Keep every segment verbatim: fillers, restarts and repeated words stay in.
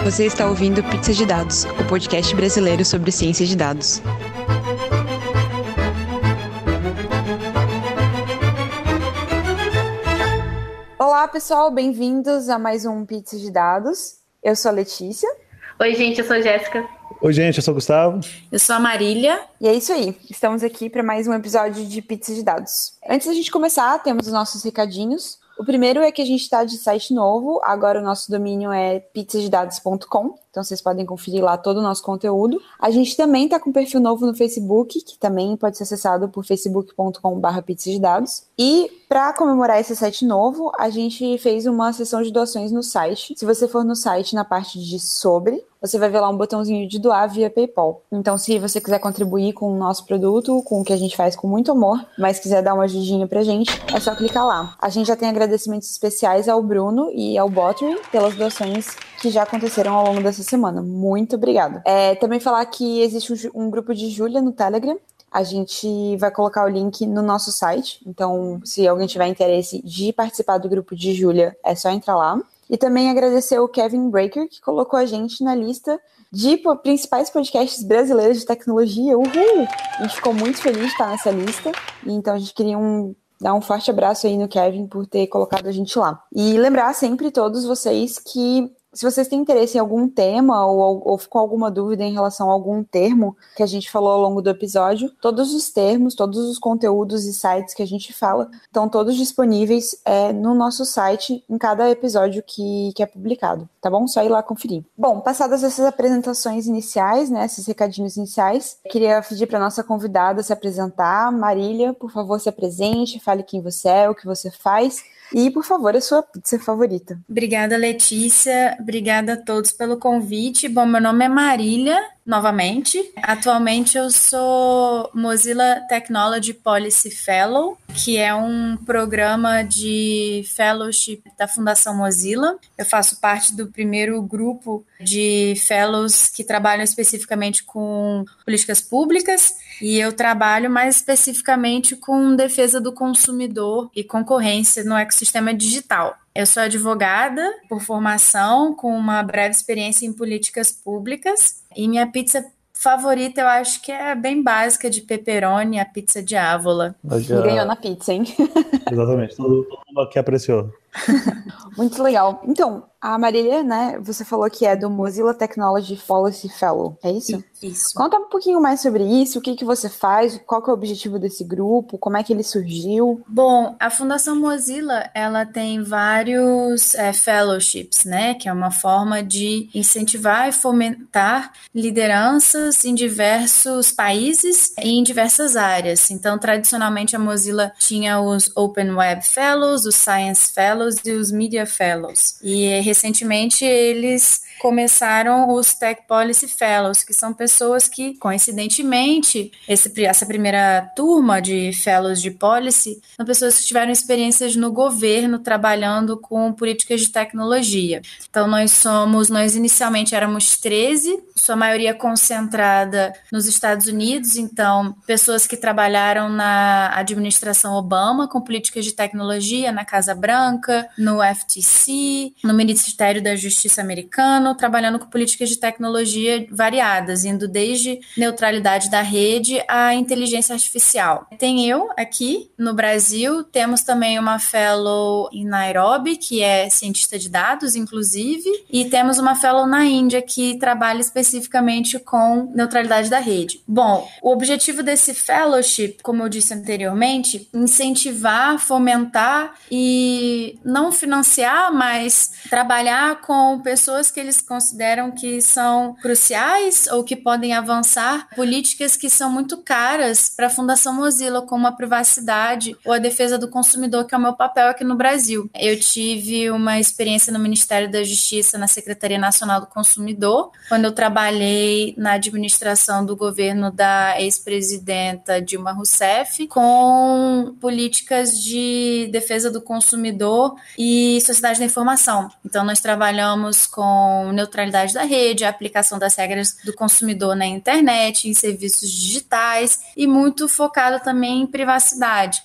Você está ouvindo Pizza de Dados, o podcast brasileiro sobre ciência de dados. Olá, pessoal, bem-vindos a mais um Pizza de Dados. Eu sou a Letícia. Oi, gente, eu sou a Jéssica. Oi, gente, eu sou o Gustavo. Eu sou a Marília. E é isso aí, estamos aqui para mais um episódio de Pizza de Dados. Antes da gente começar, temos os nossos recadinhos. O primeiro é que a gente está de site novo, agora o nosso domínio é pizza de dados ponto com, então vocês podem conferir lá todo o nosso conteúdo. A gente também está com um perfil novo no Facebook, que também pode ser acessado por facebook ponto com barra pizza de dados. E para comemorar esse site novo, a gente fez uma sessão de doações no site. Se você for no site, na parte de sobre, você vai ver lá um botãozinho de doar via PayPal. Então, se você quiser contribuir com o nosso produto, com o que a gente faz com muito amor, mas quiser dar uma ajudinha pra gente, é só clicar lá. A gente já tem agradecimentos especiais ao Bruno e ao Bottery pelas doações que já aconteceram ao longo dessa semana. Muito obrigada. É, também falar que existe um, um grupo de Júlia no Telegram. A gente vai colocar o link no nosso site. Então, se alguém tiver interesse de participar do grupo de Júlia, é só entrar lá. E também agradecer o Kevin Breaker, que colocou a gente na lista de principais podcasts brasileiros de tecnologia. Uhul! A gente ficou muito feliz de estar nessa lista. E então a gente queria um, dar um forte abraço aí no Kevin por ter colocado a gente lá. E lembrar sempre todos vocês que se vocês têm interesse em algum tema ou, ou ficou alguma dúvida em relação a algum termo que a gente falou ao longo do episódio, todos os termos, todos os conteúdos e sites que a gente fala estão todos disponíveis é, no nosso site em cada episódio que, que é publicado, tá bom? Só ir lá conferir. Bom, passadas essas apresentações iniciais, né, esses recadinhos iniciais, queria pedir para nossa convidada se apresentar. Marília, por favor, se apresente, fale quem você é, o que você faz. E, por favor, a sua pizza favorita. Obrigada, Letícia. Obrigada a todos pelo convite. Bom, meu nome é Marília, novamente. Atualmente eu sou Mozilla Technology Policy Fellow, que é um programa de fellowship da Fundação Mozilla. Eu faço parte do primeiro grupo de fellows que trabalham especificamente com políticas públicas e eu trabalho mais especificamente com defesa do consumidor e concorrência no ecossistema digital. Eu sou advogada por formação, com uma breve experiência em políticas públicas, e minha pizza favorita eu acho que é bem básica, de pepperoni, a pizza de Ávola. Já... ganhou na pizza, hein? Exatamente, todo, todo mundo aqui apreciou. Muito legal. Então, a Marília, né, você falou que é do Mozilla Technology Policy Fellow, é isso? Isso. Conta um pouquinho mais sobre isso, o que, que você faz, qual que é o objetivo desse grupo, como é que ele surgiu? Bom, a Fundação Mozilla, ela tem vários é, fellowships, né, que é uma forma de incentivar e fomentar lideranças em diversos países e em diversas áreas. Então, tradicionalmente, a Mozilla tinha os Open Web Fellows, os Science Fellows e os Media Fellows. E recentemente eles começaram os Tech Policy Fellows, que são pessoas que, coincidentemente, esse, essa primeira turma de Fellows de Policy são pessoas que tiveram experiências no governo trabalhando com políticas de tecnologia. Então nós somos, nós inicialmente éramos treze, sua maioria concentrada nos Estados Unidos, então pessoas que trabalharam na administração Obama com políticas de tecnologia, na Casa Branca, no F T C, no Ministério da Justiça americano, trabalhando com políticas de tecnologia variadas, indo desde neutralidade da rede à inteligência artificial. Tem eu aqui no Brasil, temos também uma fellow em Nairobi, que é cientista de dados, inclusive, e temos uma fellow na Índia, que trabalha especificamente com neutralidade da rede. Bom, o objetivo desse fellowship, como eu disse anteriormente, incentivar, fomentar e não financiar, mas trabalhar com pessoas que eles consideram que são cruciais ou que podem avançar políticas que são muito caras para a Fundação Mozilla, como a privacidade ou a defesa do consumidor, que é o meu papel aqui no Brasil. Eu tive uma experiência no Ministério da Justiça, na Secretaria Nacional do Consumidor, quando eu trabalhei na administração do governo da ex-presidenta Dilma Rousseff, com políticas de defesa do consumidor e sociedade da informação. Então, nós trabalhamos com neutralidade da rede, a aplicação das regras do consumidor na internet, em serviços digitais e muito focado também em privacidade.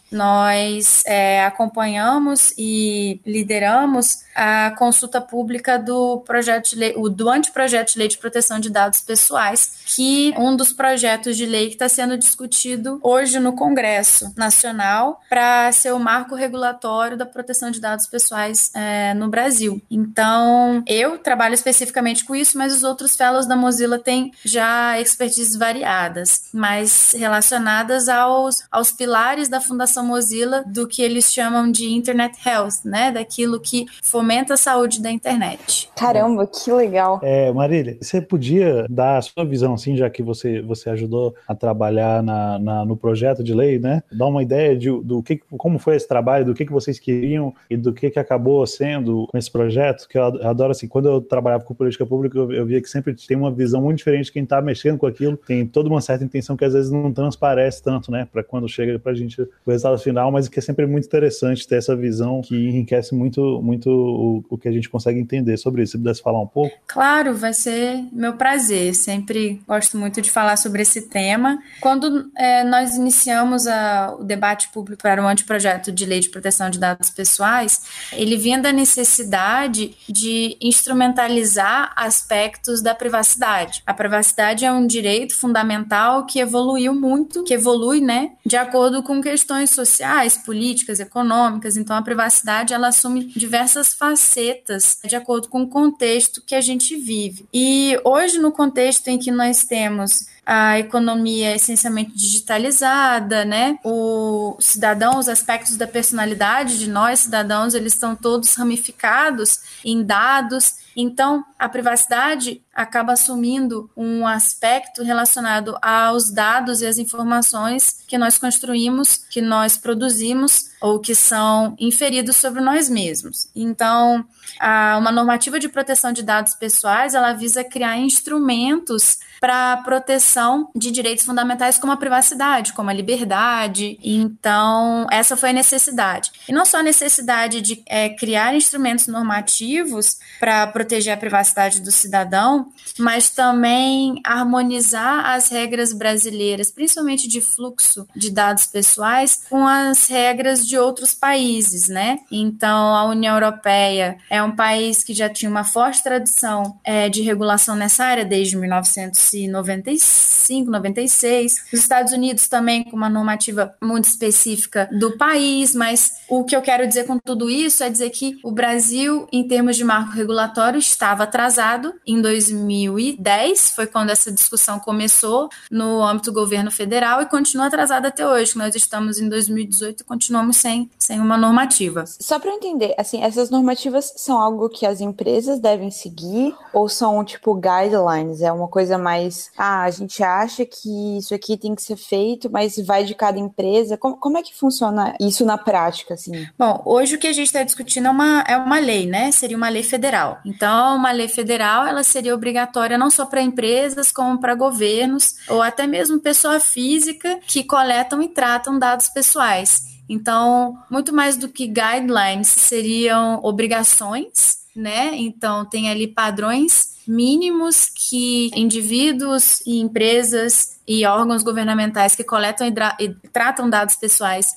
Nós é, acompanhamos e lideramos a consulta pública do projeto de lei, do anteprojeto de lei de proteção de dados pessoais, que é um dos projetos de lei que está sendo discutido hoje no Congresso Nacional para ser o marco regulatório da proteção de dados pessoais é, no Brasil. Então, eu trabalho especificamente com isso, mas os outros fellows da Mozilla têm já expertises variadas, mas relacionadas aos, aos pilares da Fundação Mozilla, do que eles chamam de Internet Health, né? Daquilo que fomenta a saúde da internet. Caramba, que legal. É, Marília, você podia dar a sua visão, assim, já que você, você ajudou a trabalhar na, na, no projeto de lei, né? Dar uma ideia de, do que, como foi esse trabalho, do que, que vocês queriam e do que, que acabou sendo com esse projeto, que eu adoro, assim, quando eu trabalhava com política pública, eu, eu via que sempre tem uma visão muito diferente de quem está mexendo com aquilo, tem toda uma certa intenção que às vezes não transparece tanto, né, para quando chega pra gente o resultado final, mas que é sempre muito interessante ter essa visão que enriquece muito, muito o, o que a gente consegue entender sobre isso. Se pudesse falar um pouco? Claro, vai ser meu prazer, sempre gosto muito de falar sobre esse tema. Quando é, nós iniciamos a, o debate público para o anteprojeto de lei de proteção de dados pessoais, ele vinha da necessidade de instrumentalizar aspectos da privacidade. A privacidade é um direito fundamental que evoluiu muito, que evolui, né, de acordo com questões sociais, políticas, econômicas. Então, a privacidade, ela assume diversas facetas de acordo com o contexto que a gente vive. E hoje, no contexto em que nós temos a economia essencialmente digitalizada, né? O cidadão, os aspectos da personalidade de nós, cidadãos, eles estão todos ramificados em dados. Então, a privacidade acaba assumindo um aspecto relacionado aos dados e às informações que nós construímos, que nós produzimos ou que são inferidos sobre nós mesmos. Então, a, uma normativa de proteção de dados pessoais, ela visa criar instrumentos para a proteção de direitos fundamentais como a privacidade, como a liberdade. Então, essa foi a necessidade. E não só a necessidade de é, criar instrumentos normativos para proteger a privacidade do cidadão, mas também harmonizar as regras brasileiras, principalmente de fluxo de dados pessoais, com as regras de outros países, né? Então, a União Europeia é um país que já tinha uma forte tradição é, de regulação nessa área desde mil novecentos e noventa e cinco, noventa e seis. Os Estados Unidos também com uma normativa muito específica do país, mas o que eu quero dizer com tudo isso é dizer que o Brasil, em termos de marco regulatório, estava atrasado. Em dois mil e dez foi quando essa discussão começou no âmbito do governo federal e continua atrasado até hoje. Nós estamos em dois mil e dezoito e continuamos sem, sem uma normativa. Só para eu entender, assim, essas normativas são algo que as empresas devem seguir ou são, tipo, guidelines? É uma coisa mais, ah, a gente acha que isso aqui tem que ser feito, mas vai de cada empresa. Como, como é que funciona isso na prática, assim? Bom, hoje o que a gente está discutindo é uma, é uma lei, né? Seria uma lei federal. Então, uma lei federal, ela seria obrigatória não só para empresas, como para governos, ou até mesmo pessoa física que coletam e tratam dados pessoais. Então, muito mais do que guidelines, seriam obrigações, né? Então, tem ali padrões mínimos que indivíduos e empresas e órgãos governamentais que coletam e, dra- e tratam dados pessoais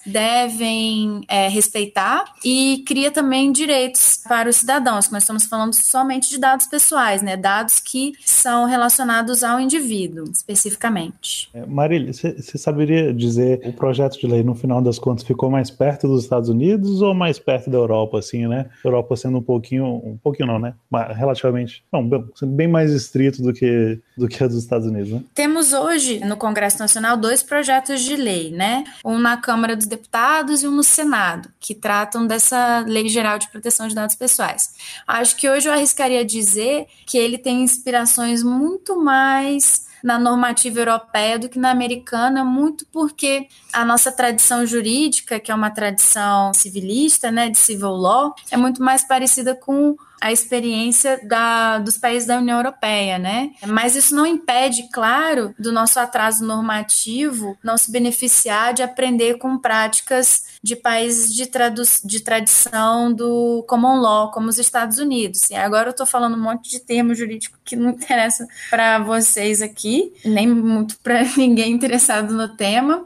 devem é, respeitar, e cria também direitos para os cidadãos, que nós estamos falando somente de dados pessoais, né? Dados que são relacionados ao indivíduo, especificamente. É, Marília, você saberia dizer, o projeto de lei, no final das contas, ficou mais perto dos Estados Unidos ou mais perto da Europa, assim, né? A Europa sendo um pouquinho, um pouquinho não, né? Mas, relativamente, não, sendo bem mais estrito do que, do que a dos Estados Unidos, né? Temos hoje no Congresso Nacional dois projetos de lei, né? Um na Câmara dos Deputados e um no Senado, que tratam dessa Lei Geral de Proteção de Dados Pessoais. Acho que hoje eu arriscaria dizer que ele tem inspirações muito mais na normativa europeia do que na americana, muito porque a nossa tradição jurídica, que é uma tradição civilista, né, de civil law, é muito mais parecida com a experiência da, dos países da União Europeia, né? Mas isso não impede, claro, do nosso atraso normativo não se beneficiar de aprender com práticas de países de, tradu- de tradição do common law, como os Estados Unidos. E agora eu estou falando um monte de termo jurídico que não interessa para vocês aqui, nem muito para ninguém interessado no tema.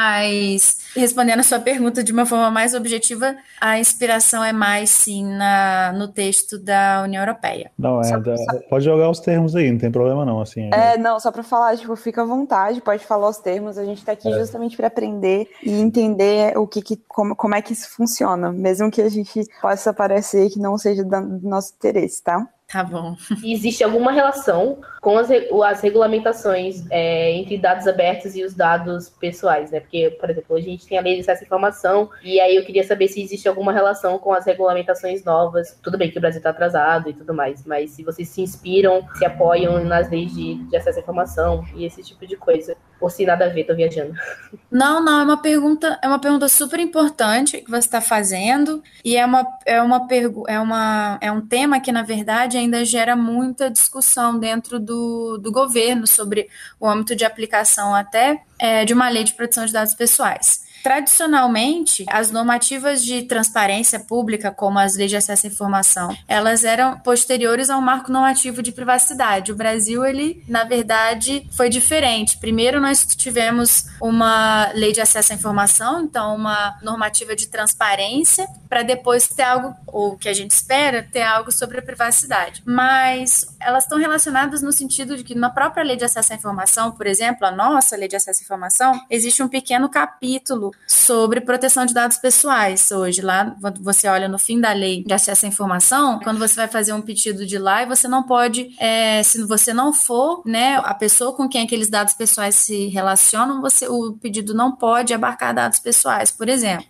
Mas, respondendo a sua pergunta de uma forma mais objetiva, a inspiração é mais, sim, na, no texto da União Europeia. Não, é, da, pode jogar os termos aí, não tem problema não, assim. É, é não, só para falar, tipo, fica à vontade, pode falar os termos, a gente tá aqui é. justamente para aprender e entender o que, que como, como é que isso funciona, mesmo que a gente possa parecer que não seja do nosso interesse, tá? Tá bom. Existe alguma relação com as, as regulamentações é, entre dados abertos e os dados pessoais, né? Porque, por exemplo, hoje a gente tem a lei de acesso à informação, e aí eu queria saber se existe alguma relação com as regulamentações novas. Tudo bem que o Brasil está atrasado e tudo mais, mas se vocês se inspiram, se apoiam nas leis de, de acesso à informação e esse tipo de coisa. Ou se nada a ver, tô viajando. Não, não, é uma pergunta, é uma pergunta super importante que você está fazendo, e é uma, é uma pergu- é uma é um tema que, na verdade, ainda gera muita discussão dentro do, do governo sobre o âmbito de aplicação até é, de uma lei de proteção de dados pessoais. Tradicionalmente, as normativas de transparência pública, como as leis de acesso à informação, elas eram posteriores ao marco normativo de privacidade. O Brasil, ele, na verdade, foi diferente. Primeiro, nós tivemos uma lei de acesso à informação, então uma normativa de transparência, para depois ter algo, ou que a gente espera, ter algo sobre a privacidade. Mas elas estão relacionadas no sentido de que na própria lei de acesso à informação, por exemplo, a nossa lei de acesso à informação, existe um pequeno capítulo sobre proteção de dados pessoais. Hoje, lá, você olha no fim da lei de acesso à informação, quando você vai fazer um pedido de lá, e você não pode, é, se você não for, né, a pessoa com quem aqueles dados pessoais se relacionam, você, o pedido não pode abarcar dados pessoais, por exemplo.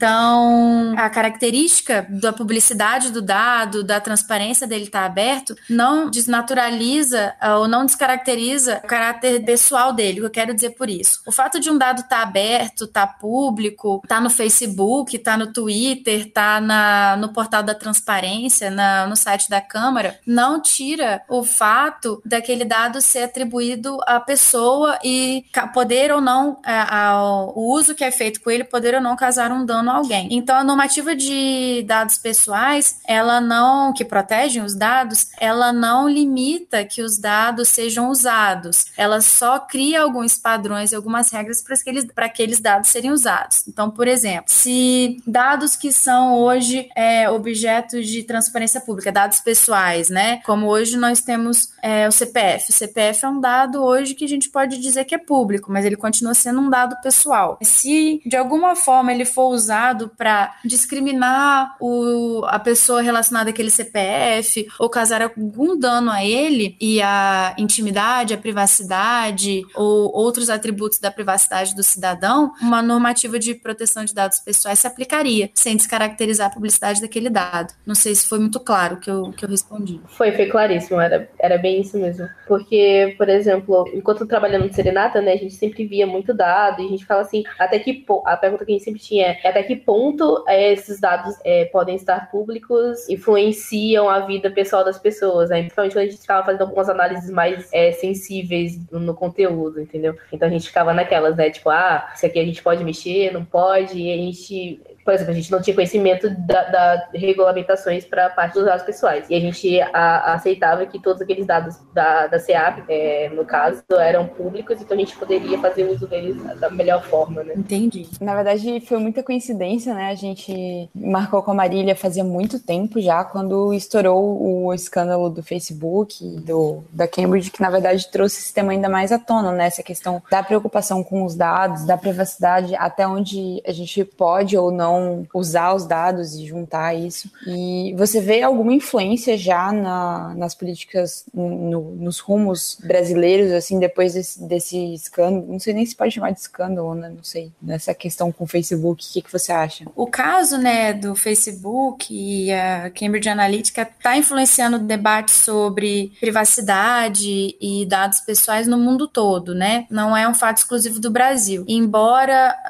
Então, a característica da publicidade do dado, da transparência dele estar aberto, não desnaturaliza ou não descaracteriza o caráter pessoal dele. O que eu quero dizer por isso? O fato de um dado estar aberto, estar público, tá no Facebook, tá no Twitter, tá na, no portal da transparência, na, no site da Câmara, não tira o fato daquele dado ser atribuído à pessoa e poder ou não, a, a, o uso que é feito com ele, poder ou não causar um dano a alguém. Então, a normativa de dados pessoais, ela não, que protegem os dados, ela não limita que os dados sejam usados. Ela só cria alguns padrões e algumas regras para aqueles, para aqueles dados serem usados. Então, por exemplo, se dados que são hoje é, objetos de transparência pública, dados pessoais, né? Como hoje nós temos é, o C P F. O C P F é um dado hoje que a gente pode dizer que é público, mas ele continua sendo um dado pessoal. Se, de alguma forma, ele for usado para discriminar o, a pessoa relacionada àquele C P F ou causar algum dano a ele e a intimidade, a privacidade ou outros atributos da privacidade do cidadão, uma normativa de proteção de dados pessoais se aplicaria, sem descaracterizar a publicidade daquele dado. Não sei se foi muito claro o que eu, que eu respondi. Foi, foi claríssimo, era, era bem isso mesmo. Porque, por exemplo, enquanto trabalhando no Serenata, né, a gente sempre via muito dado, e a gente fala assim, até que po- a pergunta que a gente sempre tinha é até que ponto é, esses dados é, podem estar públicos, influenciam a vida pessoal das pessoas, né? Principalmente quando a gente ficava fazendo algumas análises mais é, sensíveis no, no conteúdo, entendeu? Então a gente ficava naquelas, né, tipo, ah, isso aqui a gente pode mexer, não pode, e a gente... Por exemplo, a gente não tinha conhecimento da, da regulamentações para a parte dos dados pessoais. E a gente a, aceitava que todos aqueles dados da, da C E A P, é, no caso, eram públicos, então a gente poderia fazer uso deles da melhor forma, né? Entendi. Na verdade, foi muita coincidência, né? A gente marcou com a Marília fazia muito tempo já, quando estourou o escândalo do Facebook, do, da Cambridge, que na verdade trouxe esse tema ainda mais à tona, né? Essa questão da preocupação com os dados, da privacidade, até onde a gente pode ou não usar os dados e juntar isso. E você vê alguma influência já na, nas políticas, no, nos rumos brasileiros, assim, depois desse, desse escândalo? Não sei nem se pode chamar de escândalo, né? Não sei. Nessa questão com o Facebook, o que, que você acha? O caso, né, do Facebook e a Cambridge Analytica está influenciando o debate sobre privacidade e dados pessoais no mundo todo, né? Não é um fato exclusivo do Brasil. Embora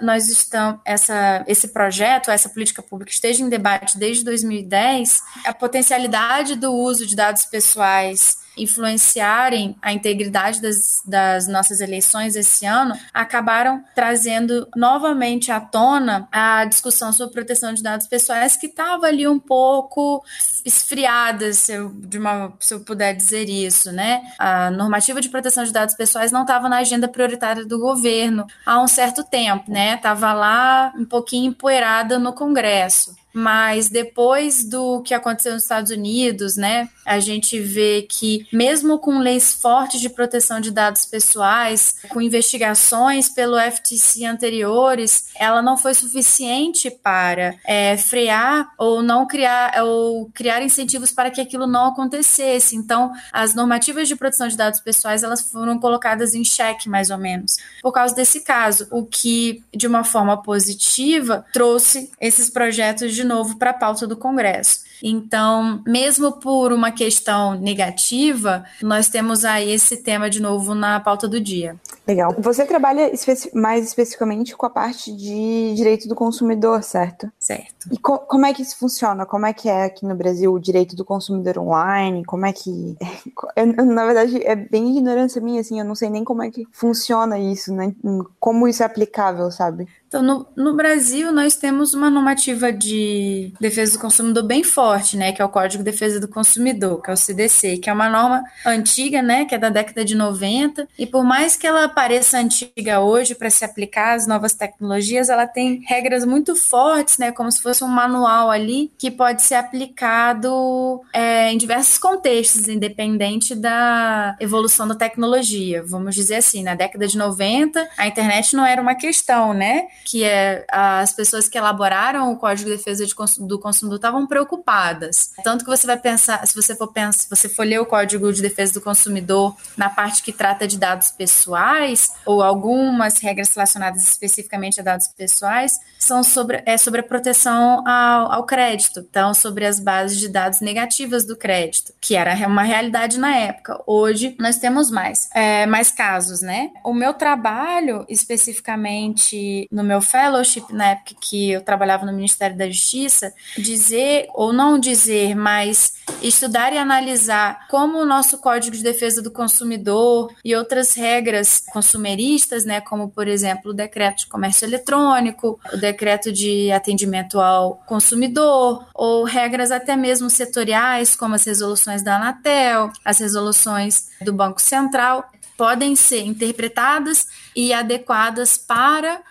nós estamos, essa, esse projeto, essa política pública esteja em debate desde dois mil e dez, a potencialidade do uso de dados pessoais influenciarem a integridade das, das nossas eleições esse ano, acabaram trazendo novamente à tona a discussão sobre proteção de dados pessoais, que estava ali um pouco esfriada, se eu, de uma, se eu puder dizer isso, né? A normativa de proteção de dados pessoais não estava na agenda prioritária do governo há um certo tempo, né? Estava lá um pouquinho empoeirada no Congresso. Mas depois do que aconteceu nos Estados Unidos, né, a gente vê que mesmo com leis fortes de proteção de dados pessoais, com investigações pelo F T C anteriores, ela não foi suficiente para é, frear ou não criar ou criar incentivos para que aquilo não acontecesse. Então, as normativas de proteção de dados pessoais, elas foram colocadas em xeque, mais ou menos, por causa desse caso, o que, de uma forma positiva, trouxe esses projetos de de novo para a pauta do Congresso. Então, mesmo por uma questão negativa, nós temos aí esse tema de novo na pauta do dia. Legal. Você trabalha especi- mais especificamente com a parte de direito do consumidor, certo? Certo. E co- como é que isso funciona? Como é que é aqui no Brasil o direito do consumidor online? Como é que... Eu, eu, na verdade, é bem ignorância minha, assim, eu não sei nem como é que funciona isso, né? Como isso é aplicável, sabe? Então, no, no Brasil, nós temos uma normativa de defesa do consumidor bem forte, né, que é o Código de Defesa do Consumidor, que é o C D C, que é uma norma antiga, né, que é da década de noventa, e por mais que ela pareça antiga hoje para se aplicar às novas tecnologias, ela tem regras muito fortes, né, como se fosse um manual ali, que pode ser aplicado é, em diversos contextos, independente da evolução da tecnologia. Vamos dizer assim, na década de noventa, a internet não era uma questão, né, que é, as pessoas que elaboraram o Código de Defesa de Cons- do Consumidor estavam preocupadas. Tanto que você vai pensar, se você for pensar, se você for ler o Código de Defesa do Consumidor na parte que trata de dados pessoais, ou algumas regras relacionadas especificamente a dados pessoais, são sobre, é sobre a proteção ao, ao crédito, então sobre as bases de dados negativas do crédito, que era uma realidade na época. Hoje nós temos mais, é, mais casos, né? O meu trabalho, especificamente no meu fellowship, na época que eu trabalhava no Ministério da Justiça, dizer, ou não dizer, mas estudar e analisar como o nosso Código de Defesa do Consumidor e outras regras consumeristas, né, como, por exemplo, o Decreto de Comércio Eletrônico, o Decreto de Atendimento ao Consumidor, ou regras até mesmo setoriais, como as resoluções da Anatel, as resoluções do Banco Central, podem ser interpretadas e adequadas para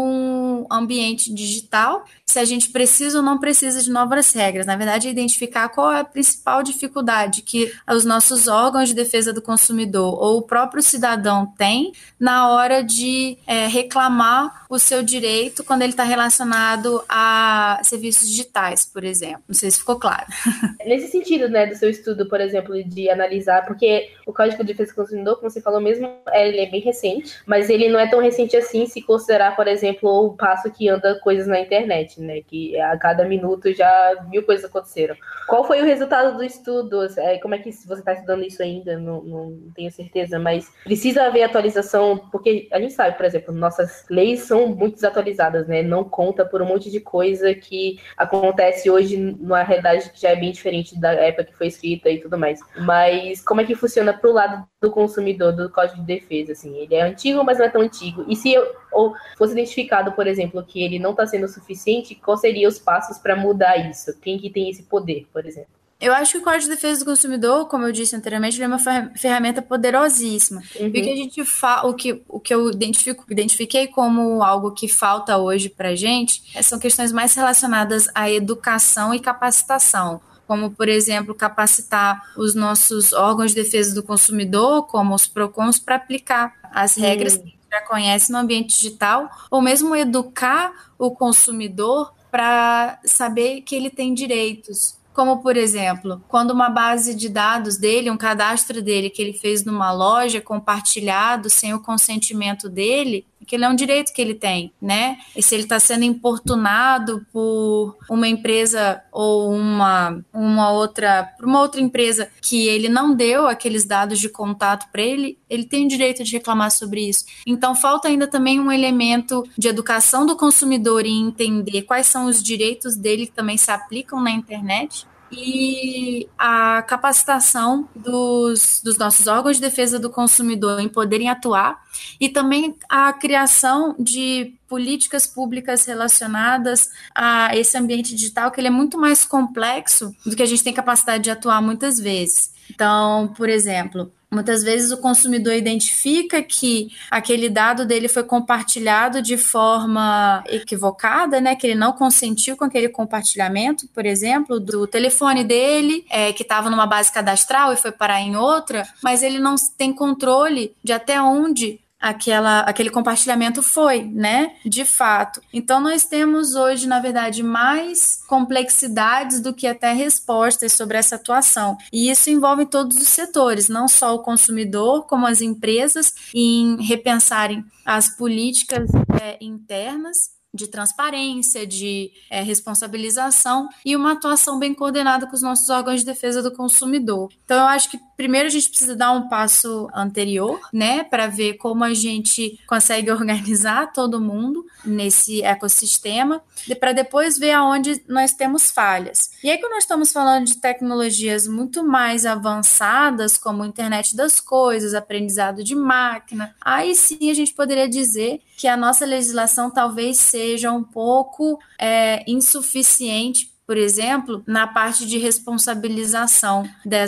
um ambiente digital, se a gente precisa ou não precisa de novas regras. Na verdade, é identificar qual é a principal dificuldade que os nossos órgãos de defesa do consumidor ou o próprio cidadão tem na hora de é, reclamar o seu direito quando ele está relacionado a serviços digitais, por exemplo. Não sei se ficou claro. Nesse sentido, né, do seu estudo, por exemplo, de analisar, porque o Código de Defesa do Consumidor, como você falou mesmo, ele é bem recente, mas ele não é tão recente assim se considerar, por exemplo, o passo que anda coisas na internet, né, que a cada minuto já mil coisas aconteceram. Qual foi o resultado do estudo? Como é que você está estudando isso ainda? Não, não tenho certeza, mas precisa haver atualização, porque a gente sabe, por exemplo, nossas leis são muito desatualizadas, né, não conta por um monte de coisa que acontece hoje numa realidade que já é bem diferente da época que foi escrita e tudo mais. Mas como é que funciona pro lado do consumidor, do Código de Defesa, assim? Ele é antigo, mas não é tão antigo. E se eu, ou fosse identificado, por exemplo, que ele não está sendo suficiente, quais seriam os passos para mudar isso? Quem que tem esse poder, por exemplo? Eu acho que o Código de Defesa do Consumidor, como eu disse anteriormente, ele é uma ferramenta poderosíssima. Uhum. E o que a gente fa- o que, o que eu identifico, identifiquei como algo que falta hoje para a gente são questões mais relacionadas à educação e capacitação, como, por exemplo, capacitar os nossos órgãos de defesa do consumidor, como os PROCONs, para aplicar as regras uhum. que a gente já conhece no ambiente digital, ou mesmo educar o consumidor para saber que ele tem direitos. como, por exemplo, quando uma base de dados dele, um cadastro dele que ele fez numa loja, compartilhado sem o consentimento dele, aquele é um direito que ele tem, né? E se ele está sendo importunado por uma empresa ou uma, uma outra, por uma outra empresa que ele não deu aqueles dados de contato para ele, ele tem o direito de reclamar sobre isso. Então, falta ainda também um elemento de educação do consumidor e entender quais são os direitos dele que também se aplicam na internet. E a capacitação dos, dos nossos órgãos de defesa do consumidor em poderem atuar, e também a criação de políticas públicas relacionadas a esse ambiente digital, que ele é muito mais complexo do que a gente tem capacidade de atuar muitas vezes. Então, por exemplo, muitas vezes o consumidor identifica que aquele dado dele foi compartilhado de forma equivocada, né, que ele não consentiu com aquele compartilhamento, por exemplo, do telefone dele, é, que estava numa base cadastral e foi parar em outra, mas ele não tem controle de até onde Aquela, aquele compartilhamento foi, né? De fato. Então, nós temos hoje, na verdade, mais complexidades do que até respostas sobre essa atuação. E isso envolve todos os setores, não só o consumidor, como as empresas, em repensarem as políticas é, internas de transparência, de é, responsabilização e uma atuação bem coordenada com os nossos órgãos de defesa do consumidor. Então, eu acho que primeiro a gente precisa dar um passo anterior, né, para ver como a gente consegue organizar todo mundo nesse ecossistema, para depois ver aonde nós temos falhas. E aí, quando nós estamos falando de tecnologias muito mais avançadas, como a internet das coisas, aprendizado de máquina, aí sim a gente poderia dizer que a nossa legislação talvez seja um pouco é, insuficiente, por exemplo, na parte de responsabilização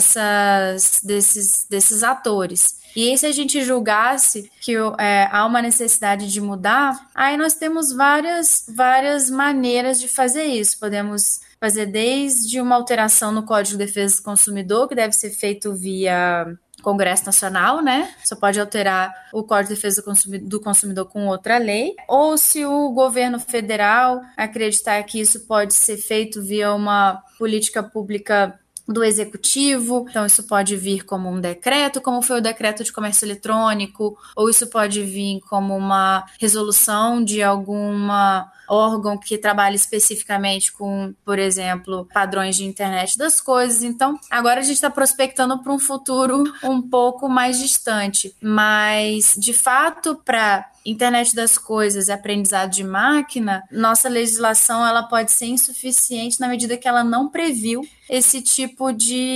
dessas, desses, desses atores. E aí, se a gente julgasse que é, há uma necessidade de mudar, aí nós temos várias, várias maneiras de fazer isso. Podemos fazer desde uma alteração no Código de Defesa do Consumidor, que deve ser feito via Congresso Nacional, né? Só pode alterar o Código de Defesa do Consumidor com outra lei. Ou se o governo federal acreditar que isso pode ser feito via uma política pública do executivo, então isso pode vir como um decreto, como foi o decreto de comércio eletrônico, ou isso pode vir como uma resolução de alguma órgão que trabalha especificamente com, por exemplo, padrões de internet das coisas. Então, agora a gente está prospectando para um futuro um pouco mais distante, mas, de fato, para internet das coisas e aprendizado de máquina, nossa legislação ela pode ser insuficiente na medida que ela não previu esse tipo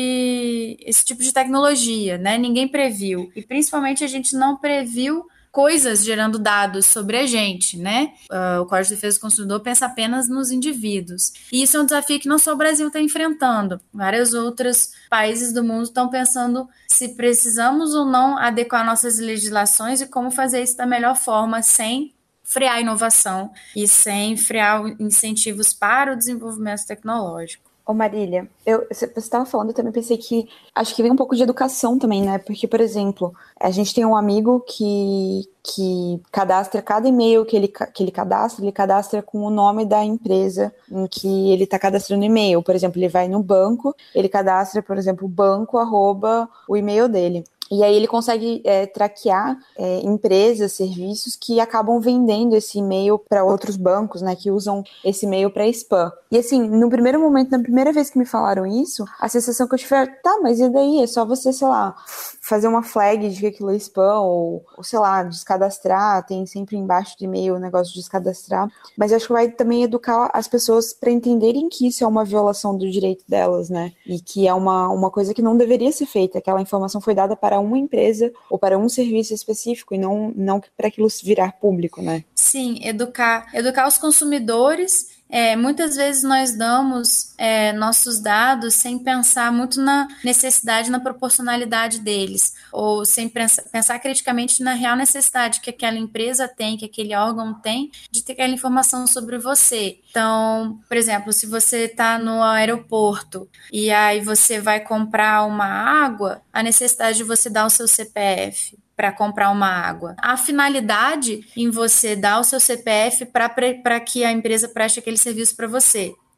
de, esse tipo de tecnologia, né? Ninguém previu. E, principalmente, a gente não previu coisas gerando dados sobre a gente, né? Uh, o Código de Defesa do Consumidor pensa apenas nos indivíduos. E isso é um desafio que não só o Brasil está enfrentando. Vários outros países do mundo estão pensando se precisamos ou não adequar nossas legislações e como fazer isso da melhor forma, sem frear a inovação e sem frear incentivos para o desenvolvimento tecnológico. Ô Marília, eu, você estava falando, eu também pensei que acho que vem um pouco de educação também, né? Porque, por exemplo, a gente tem um amigo que, que cadastra cada e-mail que ele, que ele cadastra, ele cadastra com o nome da empresa em que ele está cadastrando e-mail. Por exemplo, ele vai no banco, ele cadastra, por exemplo, banco, arroba, o e-mail dele. E aí ele consegue é, traquear é, empresas, serviços que acabam vendendo esse e-mail para outros bancos, né, que usam esse e-mail para spam. E assim, no primeiro momento, na primeira vez que me falaram isso, a sensação que eu tive é, tá, mas e daí? É só você, sei lá, fazer uma flag de que aquilo é spam, ou, ou sei lá, descadastrar, tem sempre embaixo do e-mail o negócio de descadastrar. Mas eu acho que vai também educar as pessoas para entenderem que isso é uma violação do direito delas, né, e que é uma, uma coisa que não deveria ser feita, aquela informação foi dada para uma empresa ou para um serviço específico e não, não para aquilo virar público, né? Sim, educar, educar os consumidores. É, muitas vezes nós damos é, nossos dados sem pensar muito na necessidade, na proporcionalidade deles, ou sem pensar, pensar criticamente na real necessidade que aquela empresa tem, que aquele órgão tem, de ter aquela informação sobre você. Então, por exemplo, se você está no aeroporto e aí você vai comprar uma água, a necessidade de você dar o seu C P F para comprar uma água. A finalidade em você dar o seu C P F para que a empresa preste aquele serviço para você.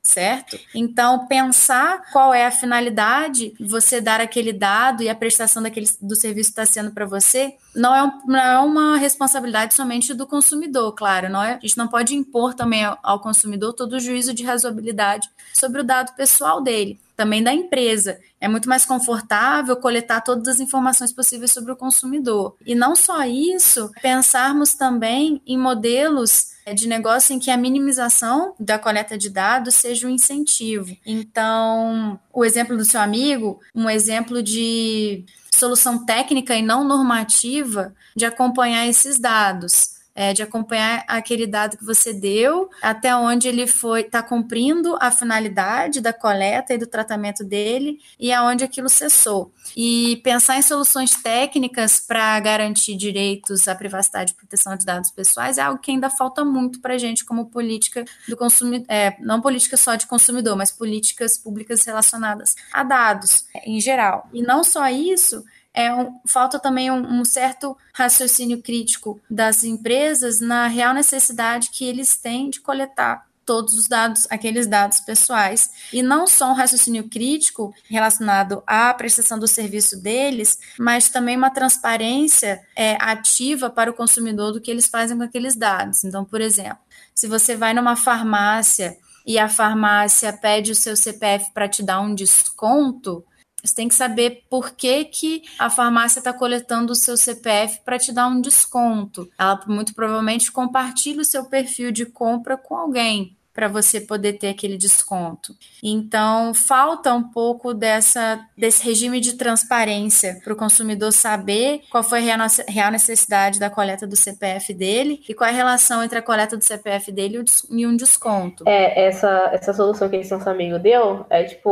certo? Então, pensar qual é a finalidade, você dar aquele dado e a prestação daquele, do serviço está sendo para você, não é, um, não é uma responsabilidade somente do consumidor, claro. Não é, a gente não pode impor também ao, ao consumidor todo o juízo de razoabilidade sobre o dado pessoal dele. Também da empresa. É muito mais confortável coletar todas as informações possíveis sobre o consumidor. E não só isso, pensarmos também em modelos de negócio em que a minimização da coleta de dados seja um incentivo. Então, o exemplo do seu amigo, um exemplo de solução técnica e não normativa de acompanhar esses dados. É, de acompanhar aquele dado que você deu, até onde ele foi, está cumprindo a finalidade da coleta e do tratamento dele e aonde aquilo cessou. E pensar em soluções técnicas para garantir direitos à privacidade e proteção de dados pessoais é algo que ainda falta muito para a gente como política do consumidor, é, não política só de consumidor, mas políticas públicas relacionadas a dados em geral. E não só isso, É um, falta também um, um certo raciocínio crítico das empresas na real necessidade que eles têm de coletar todos os dados, aqueles dados pessoais, e não só um raciocínio crítico relacionado à prestação do serviço deles, mas também uma transparência é, ativa para o consumidor do que eles fazem com aqueles dados. Então, por exemplo, se você vai numa farmácia e a farmácia pede o seu C P F para te dar um desconto, você tem que saber por que, que a farmácia está coletando o seu C P F para te dar um desconto. Ela muito provavelmente compartilha o seu perfil de compra com alguém para você poder ter aquele desconto. Então, falta um pouco dessa, desse regime de transparência para o consumidor saber qual foi a real necessidade da coleta do C P F dele e qual é a relação entre a coleta do C P F dele e um desconto. É, essa, essa solução que esse nosso amigo deu é, tipo,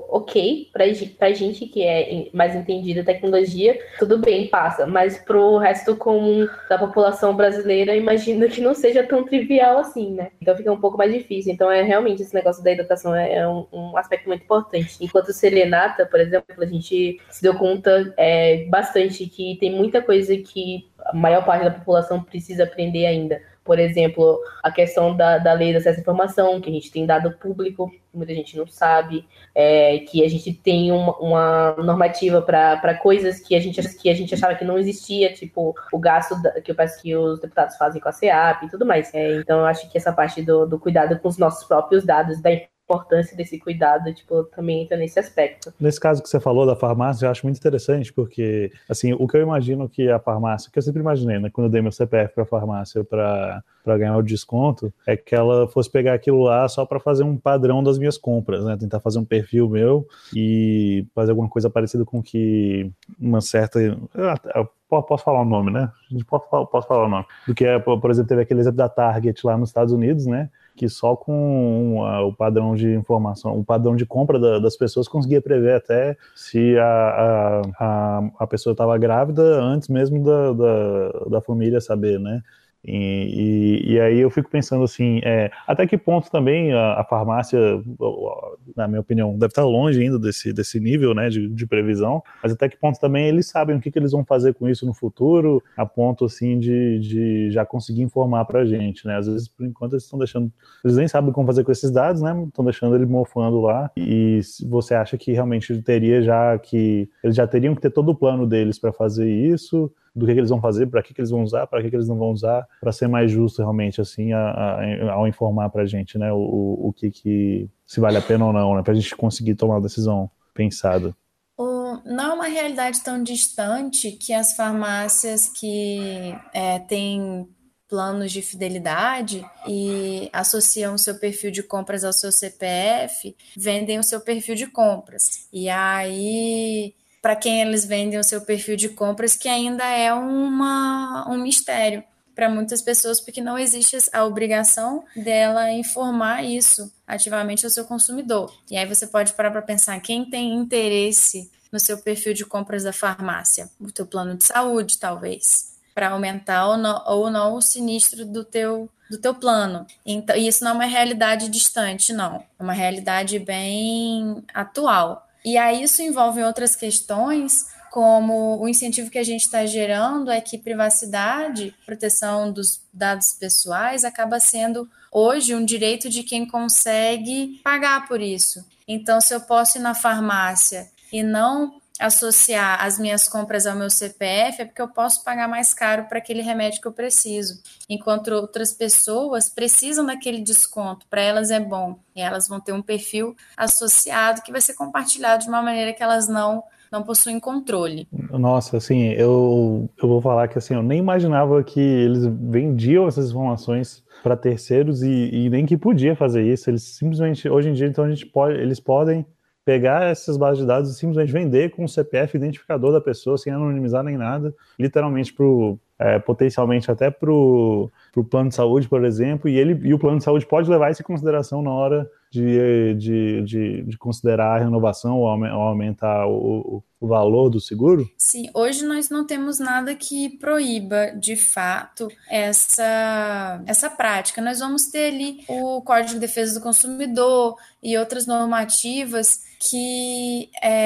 ok, pra, pra gente que é mais entendida da tecnologia, tudo bem, passa, mas pro resto comum da população brasileira, imagino que não seja tão trivial assim, né? Então fica um pouco mais difícil. Então, é realmente esse negócio da educação é, é um, um aspecto muito importante. Enquanto serenata, por exemplo, a gente se deu conta é, bastante que tem muita coisa que a maior parte da população precisa aprender ainda. Por exemplo, a questão da, da lei de acesso à informação, que a gente tem dado público, muita gente não sabe, é, que a gente tem uma, uma normativa para coisas que a, gente, que a gente achava que não existia, tipo o gasto da, que eu peço que os deputados fazem com a SEAP e tudo mais. É, então, eu acho que essa parte do, do cuidado com os nossos próprios dados, da importância desse cuidado, tipo, também entra nesse aspecto. Nesse caso que você falou da farmácia, eu acho muito interessante, porque, assim, o que eu imagino que a farmácia, que eu sempre imaginei, né, quando eu dei meu C P F para a farmácia para para ganhar o desconto, é que ela fosse pegar aquilo lá só para fazer um padrão das minhas compras, né, tentar fazer um perfil meu e fazer alguma coisa parecida com que uma certa... Eu, eu posso falar o nome, né? A gente pode, posso falar o nome. Do que, é, por exemplo, teve aquele exemplo da Target lá nos Estados Unidos, né? Que só com uh, o padrão de informação, o padrão de compra da, das pessoas conseguia prever até se a, a, a, a pessoa estava grávida antes mesmo da, da, da família saber, né? E, e, e aí eu fico pensando assim, é, até que ponto também a, a farmácia, na minha opinião, deve estar longe ainda desse, desse nível, né, de, de previsão, mas até que ponto também eles sabem o que, que eles vão fazer com isso no futuro, a ponto assim de, de já conseguir informar pra gente, né? Às vezes, por enquanto, eles estão deixando, eles nem sabem como fazer com esses dados, né? Estão deixando ele mofando lá, e você acha que realmente teria já que, eles já teriam que ter todo o plano deles para fazer isso, do que, que eles vão fazer, para que, que eles vão usar, para que, que eles não vão usar, para ser mais justo realmente assim a, a, ao informar para a gente, né, o, o que, que se vale a pena ou não, né, para a gente conseguir tomar uma decisão pensada. O, não é uma realidade tão distante que as farmácias que é, têm planos de fidelidade e associam o seu perfil de compras ao seu C P F, vendem o seu perfil de compras. E aí... para quem eles vendem o seu perfil de compras, que ainda é uma, um mistério para muitas pessoas, porque não existe a obrigação dela informar isso ativamente ao seu consumidor. E aí você pode parar para pensar, quem tem interesse no seu perfil de compras da farmácia? O teu plano de saúde, talvez, para aumentar ou não, ou não o sinistro do teu, do teu plano. Então, e isso não é uma realidade distante, não. É uma realidade bem atual. E aí isso envolve outras questões, como o incentivo que a gente está gerando é que privacidade, proteção dos dados pessoais acaba sendo hoje um direito de quem consegue pagar por isso. Então, se eu posso ir na farmácia e não associar as minhas compras ao meu C P F, é porque eu posso pagar mais caro para aquele remédio que eu preciso, enquanto outras pessoas precisam daquele desconto, para elas é bom, e elas vão ter um perfil associado que vai ser compartilhado de uma maneira que elas não, não possuem controle. Nossa, assim, eu, eu vou falar que assim, eu nem imaginava que eles vendiam essas informações para terceiros e, e nem que podia fazer isso. Eles simplesmente, hoje em dia, então a gente pode, eles podem pegar essas bases de dados e simplesmente vender com o C P F identificador da pessoa, sem anonimizar nem nada, literalmente pro, é, potencialmente até para o plano de saúde, por exemplo, e, ele, e o plano de saúde pode levar isso em consideração na hora de, de, de, de considerar a renovação ou aumentar o, o valor do seguro? Sim, hoje nós não temos nada que proíba, de fato, essa, essa prática. Nós vamos ter ali o Código de Defesa do Consumidor e outras normativas que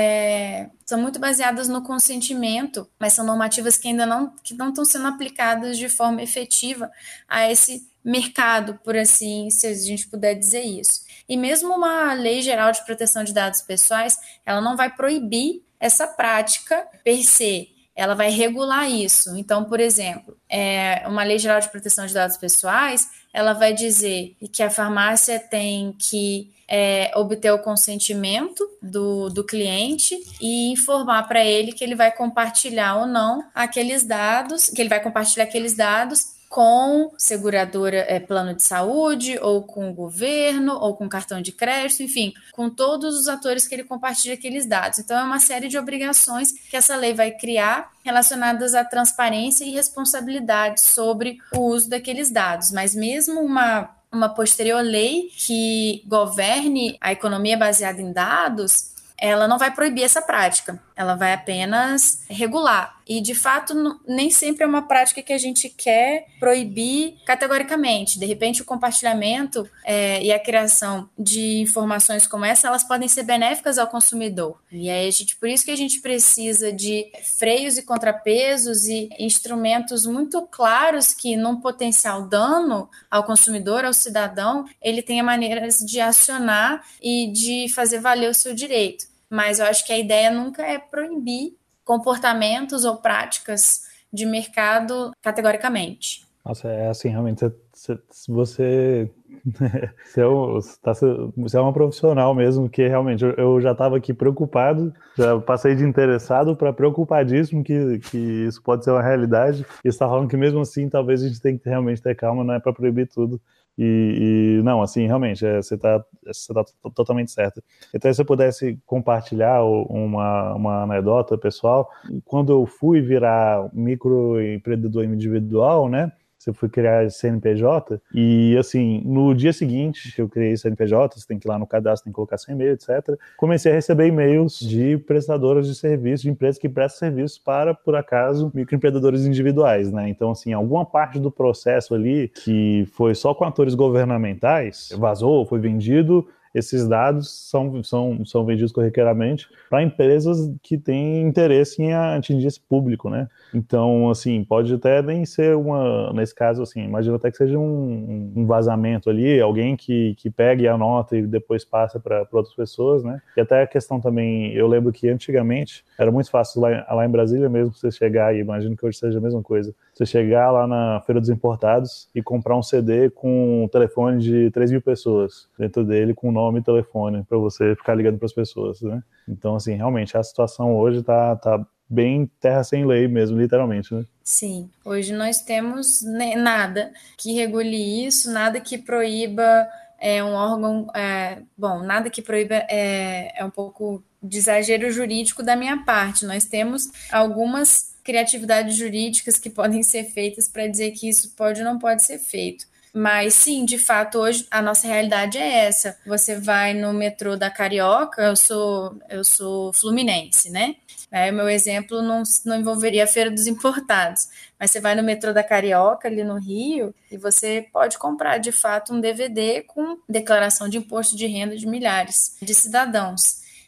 é, são muito baseadas no consentimento, mas são normativas que ainda não, que não estão sendo aplicadas de forma efetiva a esse mercado, por assim, se a gente puder dizer isso. E mesmo uma lei geral de proteção de dados pessoais, ela não vai proibir essa prática per se, ela vai regular isso. Então, por exemplo, é, uma lei geral de proteção de dados pessoais, ela vai dizer que a farmácia tem que é, obter o consentimento do, do cliente e informar para ele que ele vai compartilhar ou não aqueles dados, que ele vai compartilhar aqueles dados com seguradora, é, plano de saúde, ou com o governo, ou com cartão de crédito, enfim, com todos os atores que ele compartilha aqueles dados. Então, é uma série de obrigações que essa lei vai criar relacionadas à transparência e responsabilidade sobre o uso daqueles dados. Mas mesmo uma, uma posterior lei que governe a economia baseada em dados, ela não vai proibir essa prática, ela vai apenas regular. E, de fato, nem sempre é uma prática que a gente quer proibir categoricamente. De repente, o compartilhamento é, e a criação de informações como essa, elas podem ser benéficas ao consumidor. E aí, a gente, por isso que a gente precisa de freios e contrapesos e instrumentos muito claros que, num potencial dano ao consumidor, ao cidadão, ele tenha maneiras de acionar e de fazer valer o seu direito. Mas eu acho que a ideia nunca é proibir comportamentos ou práticas de mercado categoricamente. Nossa, é assim, realmente, você, você, você, é, um, você é uma profissional mesmo, que realmente eu, eu já estava aqui preocupado, já passei de interessado para preocupadíssimo que, que isso pode ser uma realidade, e você está falando que mesmo assim talvez a gente tenha que realmente ter calma, não é para proibir tudo. E, e não, assim, realmente, é, você está você tá totalmente certa. Então, se você pudesse compartilhar uma, uma anedota pessoal, quando eu fui virar microempreendedor individual, né, eu fui criar C N P J, e assim, no dia seguinte que eu criei C N P J, você tem que ir lá no cadastro, tem que colocar seu e-mail, etcétera, comecei a receber e-mails de prestadoras de serviços, de empresas que prestam serviços para, por acaso, microempreendedores individuais, né? Então, assim, alguma parte do processo ali que foi só com atores governamentais, vazou, foi vendido, esses dados são, são, são vendidos corriqueiramente para empresas que têm interesse em atingir esse público, né? Então, assim, pode até nem ser uma, nesse caso, assim, imagina até que seja um, um vazamento ali, alguém que, que pega e anota e depois passa para outras pessoas, né? E até a questão também, eu lembro que antigamente era muito fácil lá, lá em Brasília mesmo, você chegar, e imagino que hoje seja a mesma coisa, você chegar lá na Feira dos Importados e comprar um C D com um telefone de três mil pessoas dentro dele, com nome e telefone, para você ficar ligando para as pessoas, né? Então, assim, realmente, a situação hoje tá, tá bem terra sem lei mesmo, literalmente, né? Sim, hoje nós temos nada que regule isso, nada que proíba é, um órgão... É, bom, nada que proíba é, é um pouco de exagero jurídico da minha parte. Nós temos algumas criatividades jurídicas que podem ser feitas para dizer que isso pode ou não pode ser feito. Mas sim, de fato, hoje a nossa realidade é essa. Você vai no metrô da Carioca, eu sou, eu sou fluminense, né? Aí, o meu exemplo não, não envolveria a Feira dos Importados, mas você vai no metrô da Carioca, ali no Rio, e você pode comprar, de fato, um D V D com declaração de imposto de renda de milhares de cidadãos.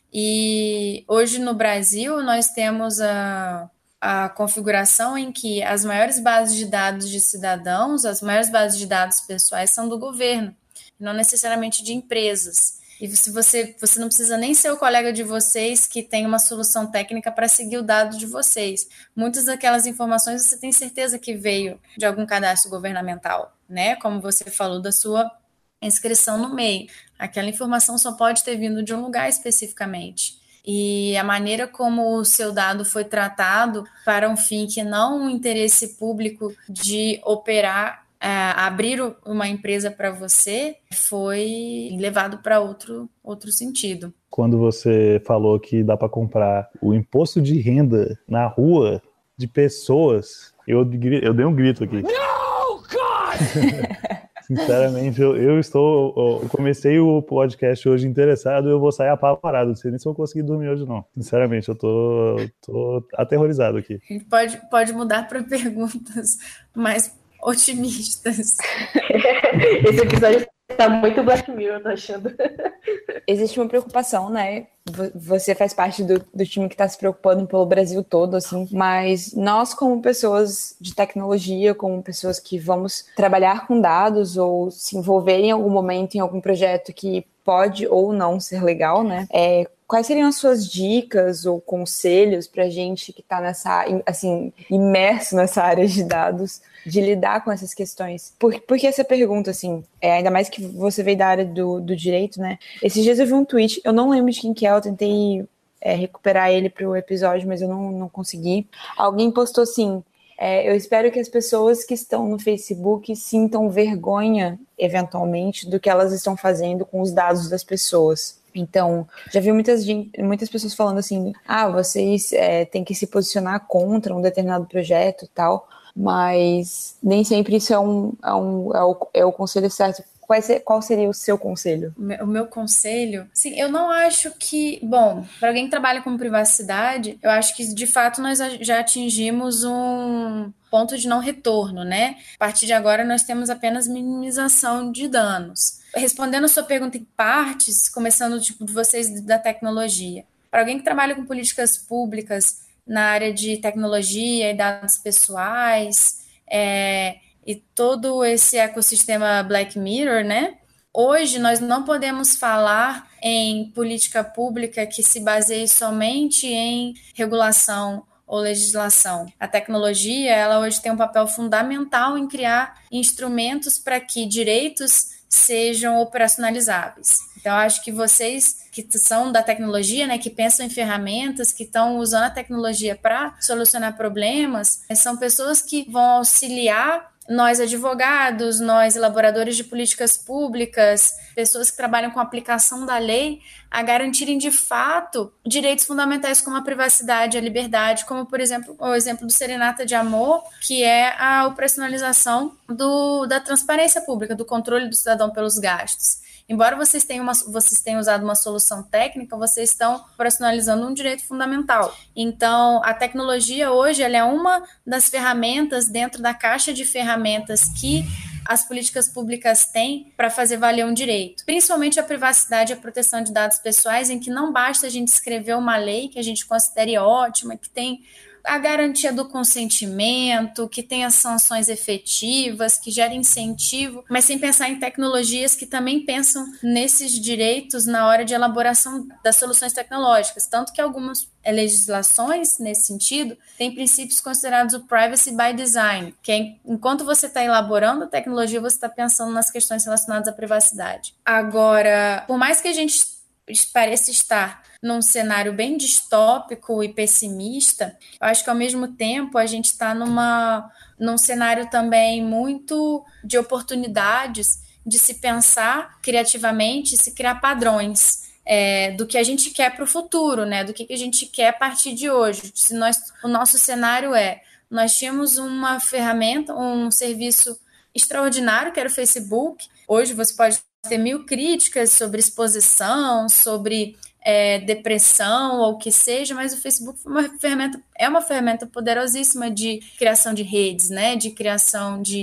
E hoje no Brasil nós temos a, a configuração em que as maiores bases de dados de cidadãos, as maiores bases de dados pessoais são do governo, não necessariamente de empresas. E se você, você não precisa nem ser o colega de vocês que tem uma solução técnica para seguir o dado de vocês. Muitas daquelas informações você tem certeza que veio de algum cadastro governamental, né? Como você falou da sua inscrição no M E I. Aquela informação só pode ter vindo de um lugar especificamente. E a maneira como o seu dado foi tratado para um fim que não um interesse público de operar, é, abrir uma empresa para você, foi levado para outro, outro sentido. Quando você falou que dá para comprar o imposto de renda na rua de pessoas, eu, eu dei um grito aqui. No, God! Sinceramente, eu, eu estou. Eu comecei o podcast hoje interessado e eu vou sair apavorado. Não sei nem se eu vou conseguir dormir hoje, não. Sinceramente, eu tô, tô aterrorizado aqui. A gente pode, pode mudar para perguntas mais otimistas. Esse episódio tá muito Black Mirror, eu tô achando. Existe uma preocupação, né? Você faz parte do, do time que está se preocupando pelo Brasil todo, assim, mas nós, como pessoas de tecnologia, como pessoas que vamos trabalhar com dados ou se envolver em algum momento em algum projeto que pode ou não ser legal, né? É, quais seriam as suas dicas ou conselhos para a gente que está nessa, assim, imerso nessa área de dados, de lidar com essas questões? Por, por que essa pergunta, assim, é, ainda mais que você veio da área do, do direito, né? Esses dias eu vi um tweet, eu não lembro de quem que é, eu tentei é, recuperar ele para o episódio, mas eu não, não consegui. Alguém postou assim, é, eu espero que as pessoas que estão no Facebook sintam vergonha, eventualmente, do que elas estão fazendo com os dados das pessoas. Então, já vi muitas, muitas pessoas falando assim, ah, vocês é, têm que se posicionar contra um determinado projeto e tal, mas nem sempre isso é, um, é, um, é, o, é o conselho certo. Qual, ser, qual seria o seu conselho? O meu, o meu conselho? Sim, eu não acho que... Bom, para alguém que trabalha com privacidade, eu acho que, de fato, nós já atingimos um ponto de não retorno, né? A partir de agora, nós temos apenas minimização de danos. Respondendo a sua pergunta em partes, começando tipo, de vocês da tecnologia. Para alguém que trabalha com políticas públicas na área de tecnologia e dados pessoais, é... e todo esse ecossistema Black Mirror, né? Hoje nós não podemos falar em política pública que se baseie somente em regulação ou legislação. A tecnologia, ela hoje tem um papel fundamental em criar instrumentos para que direitos sejam operacionalizáveis. Então, eu acho que vocês que são da tecnologia, né, que pensam em ferramentas, que estão usando a tecnologia para solucionar problemas, são pessoas que vão auxiliar nós advogados, nós elaboradores de políticas públicas, pessoas que trabalham com a aplicação da lei, a garantirem de fato direitos fundamentais como a privacidade e a liberdade, como por exemplo o exemplo do Serenata de Amor, que é a operacionalização do, da transparência pública, do controle do cidadão pelos gastos. Embora vocês tenham, uma, vocês tenham usado uma solução técnica, vocês estão operacionalizando um direito fundamental. Então, a tecnologia hoje ela é uma das ferramentas dentro da caixa de ferramentas que as políticas públicas têm para fazer valer um direito. Principalmente a privacidade e a proteção de dados pessoais, em que não basta a gente escrever uma lei que a gente considere ótima, que tem a garantia do consentimento, que tenha sanções efetivas, que gere incentivo, mas sem pensar em tecnologias que também pensam nesses direitos na hora de elaboração das soluções tecnológicas. Tanto que algumas legislações, nesse sentido, têm princípios considerados o privacy by design, que é, enquanto você está elaborando a tecnologia, você está pensando nas questões relacionadas à privacidade. Agora, por mais que a gente pareça estar num cenário bem distópico e pessimista, eu acho que ao mesmo tempo a gente está numa, num cenário também muito de oportunidades de se pensar criativamente, se criar padrões é, do que a gente quer para o futuro, né? Do que, que a gente quer a partir de hoje. Se nós, o nosso cenário é, nós tínhamos uma ferramenta, um serviço extraordinário que era o Facebook. Hoje você pode ter mil críticas sobre exposição, sobre é, depressão ou o que seja, mas o Facebook foi uma ferramenta, é uma ferramenta poderosíssima de criação de redes, né? De criação de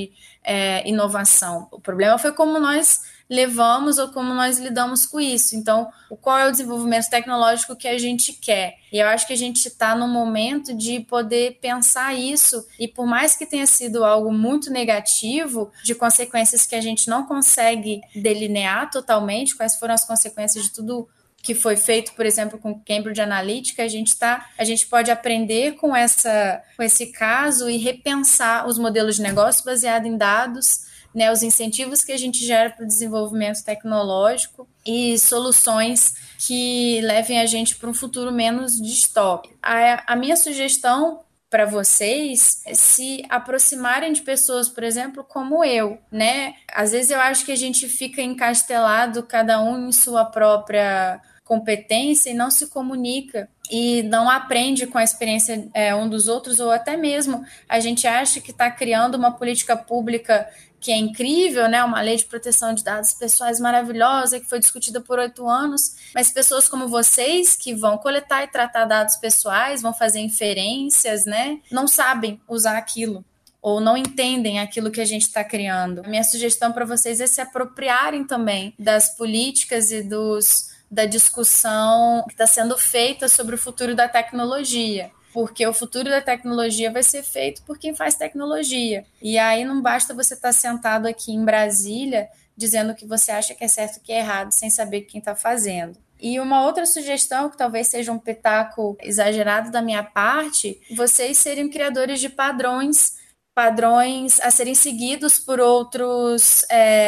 é, inovação. O problema foi como nós levamos ou como nós lidamos com isso. Então, qual é o desenvolvimento tecnológico que a gente quer? E eu acho que a gente está no momento de poder pensar isso, e por mais que tenha sido algo muito negativo, de consequências que a gente não consegue delinear totalmente, quais foram as consequências de tudo que foi feito, por exemplo, com Cambridge Analytica, a gente, tá, a gente pode aprender com, essa, com esse caso e repensar os modelos de negócio baseados em dados, né, os incentivos que a gente gera para o desenvolvimento tecnológico e soluções que levem a gente para um futuro menos distópico. A, a minha sugestão para vocês é se aproximarem de pessoas, por exemplo, como eu, né? Às vezes eu acho que a gente fica encastelado, cada um em sua própria competência, e não se comunica e não aprende com a experiência é, um dos outros, ou até mesmo a gente acha que está criando uma política pública que é incrível, né? Uma lei de proteção de dados pessoais maravilhosa, que foi discutida por oito anos, mas pessoas como vocês, que vão coletar e tratar dados pessoais, vão fazer inferências, né? Não sabem usar aquilo, ou não entendem aquilo que a gente está criando. A minha sugestão para vocês é se apropriarem também das políticas e dos, da discussão que está sendo feita sobre o futuro da tecnologia. Porque o futuro da tecnologia vai ser feito por quem faz tecnologia. E aí não basta você estar sentado aqui em Brasília dizendo que você acha que é certo e que é errado, sem saber quem está fazendo. E uma outra sugestão, que talvez seja um pitaco exagerado da minha parte, vocês serem criadores de padrões, padrões a serem seguidos por outros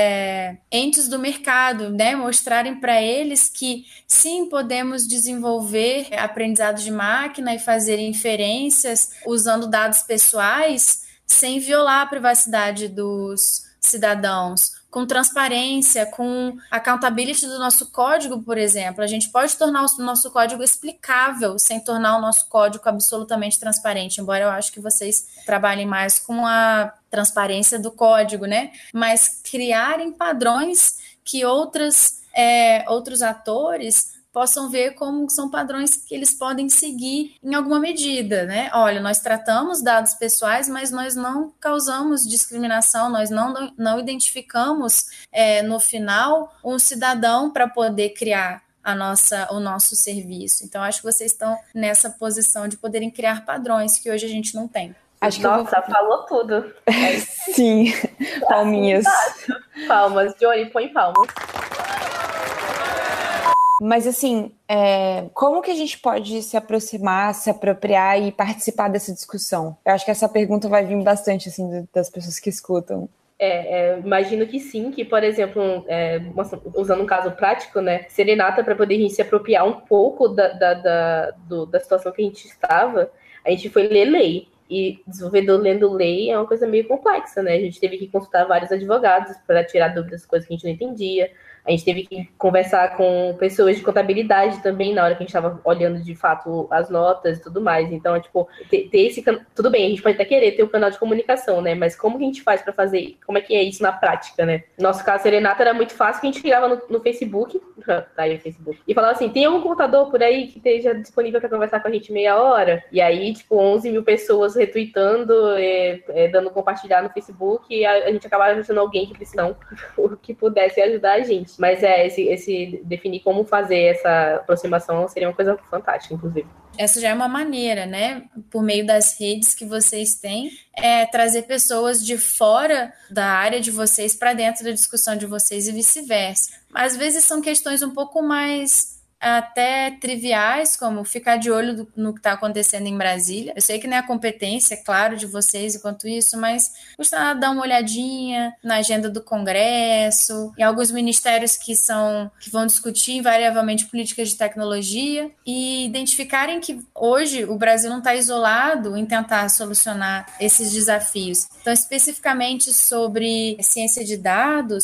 é, entes do mercado, né? Mostrarem para eles que sim, podemos desenvolver aprendizado de máquina e fazer inferências usando dados pessoais sem violar a privacidade dos cidadãos, com transparência, com accountability do nosso código, por exemplo. A gente pode tornar o nosso código explicável sem tornar o nosso código absolutamente transparente, embora eu acho que vocês trabalhem mais com a transparência do código, né? Mas criarem padrões que outras, é, outros atores possam ver como são padrões que eles podem seguir em alguma medida, né? Olha, nós tratamos dados pessoais, mas nós não causamos discriminação, nós não, não identificamos é, no final um cidadão para poder criar a nossa, o nosso serviço. Então, acho que vocês estão nessa posição de poderem criar padrões que hoje a gente não tem. Acho que Nossa, vou... falou tudo. Sim, palminhas. Palmas, Johnny, põe palmas. Mas, assim, é, como que a gente pode se aproximar, se apropriar e participar dessa discussão? Eu acho que essa pergunta vai vir bastante, assim, das pessoas que escutam. É, é, imagino que sim, que, por exemplo, é, usando um caso prático, né, Serenata, para poder a gente se apropriar um pouco da, da, da, do, da situação que a gente estava, a gente foi ler lei. E desenvolvedor lendo lei é uma coisa meio complexa, né? A gente teve que consultar vários advogados para tirar dúvidas, coisas que a gente não entendia. A gente teve que conversar com pessoas de contabilidade também, na hora que a gente estava olhando, de fato, as notas e tudo mais. Então, é, tipo, ter, ter esse... Can... Tudo bem, a gente pode até querer ter um canal de comunicação, né? Mas como que a gente faz para fazer? Como é que é isso na prática, né? No nosso caso, Serenata, era muito fácil, que a gente ligava no, no Facebook, tá aí o Facebook, e falava assim, tem algum computador por aí que esteja disponível para conversar com a gente meia hora? E aí, tipo, onze mil pessoas retweetando, é, é, dando compartilhar no Facebook, e a, a gente acabava ajudando alguém que precisava, que pudesse ajudar a gente. Mas é, esse, esse definir como fazer essa aproximação seria uma coisa fantástica, inclusive. Essa já é uma maneira, né? Por meio das redes que vocês têm, é trazer pessoas de fora da área de vocês para dentro da discussão de vocês e vice-versa. Às vezes são questões um pouco mais até triviais, como ficar de olho do, no que está acontecendo em Brasília. Eu sei que não é a competência, é claro, de vocês enquanto isso, mas custa nada dar uma olhadinha na agenda do Congresso, em alguns ministérios que, são, que vão discutir invariavelmente políticas de tecnologia, e identificarem que hoje o Brasil não está isolado em tentar solucionar esses desafios. Então, especificamente sobre ciência de dados,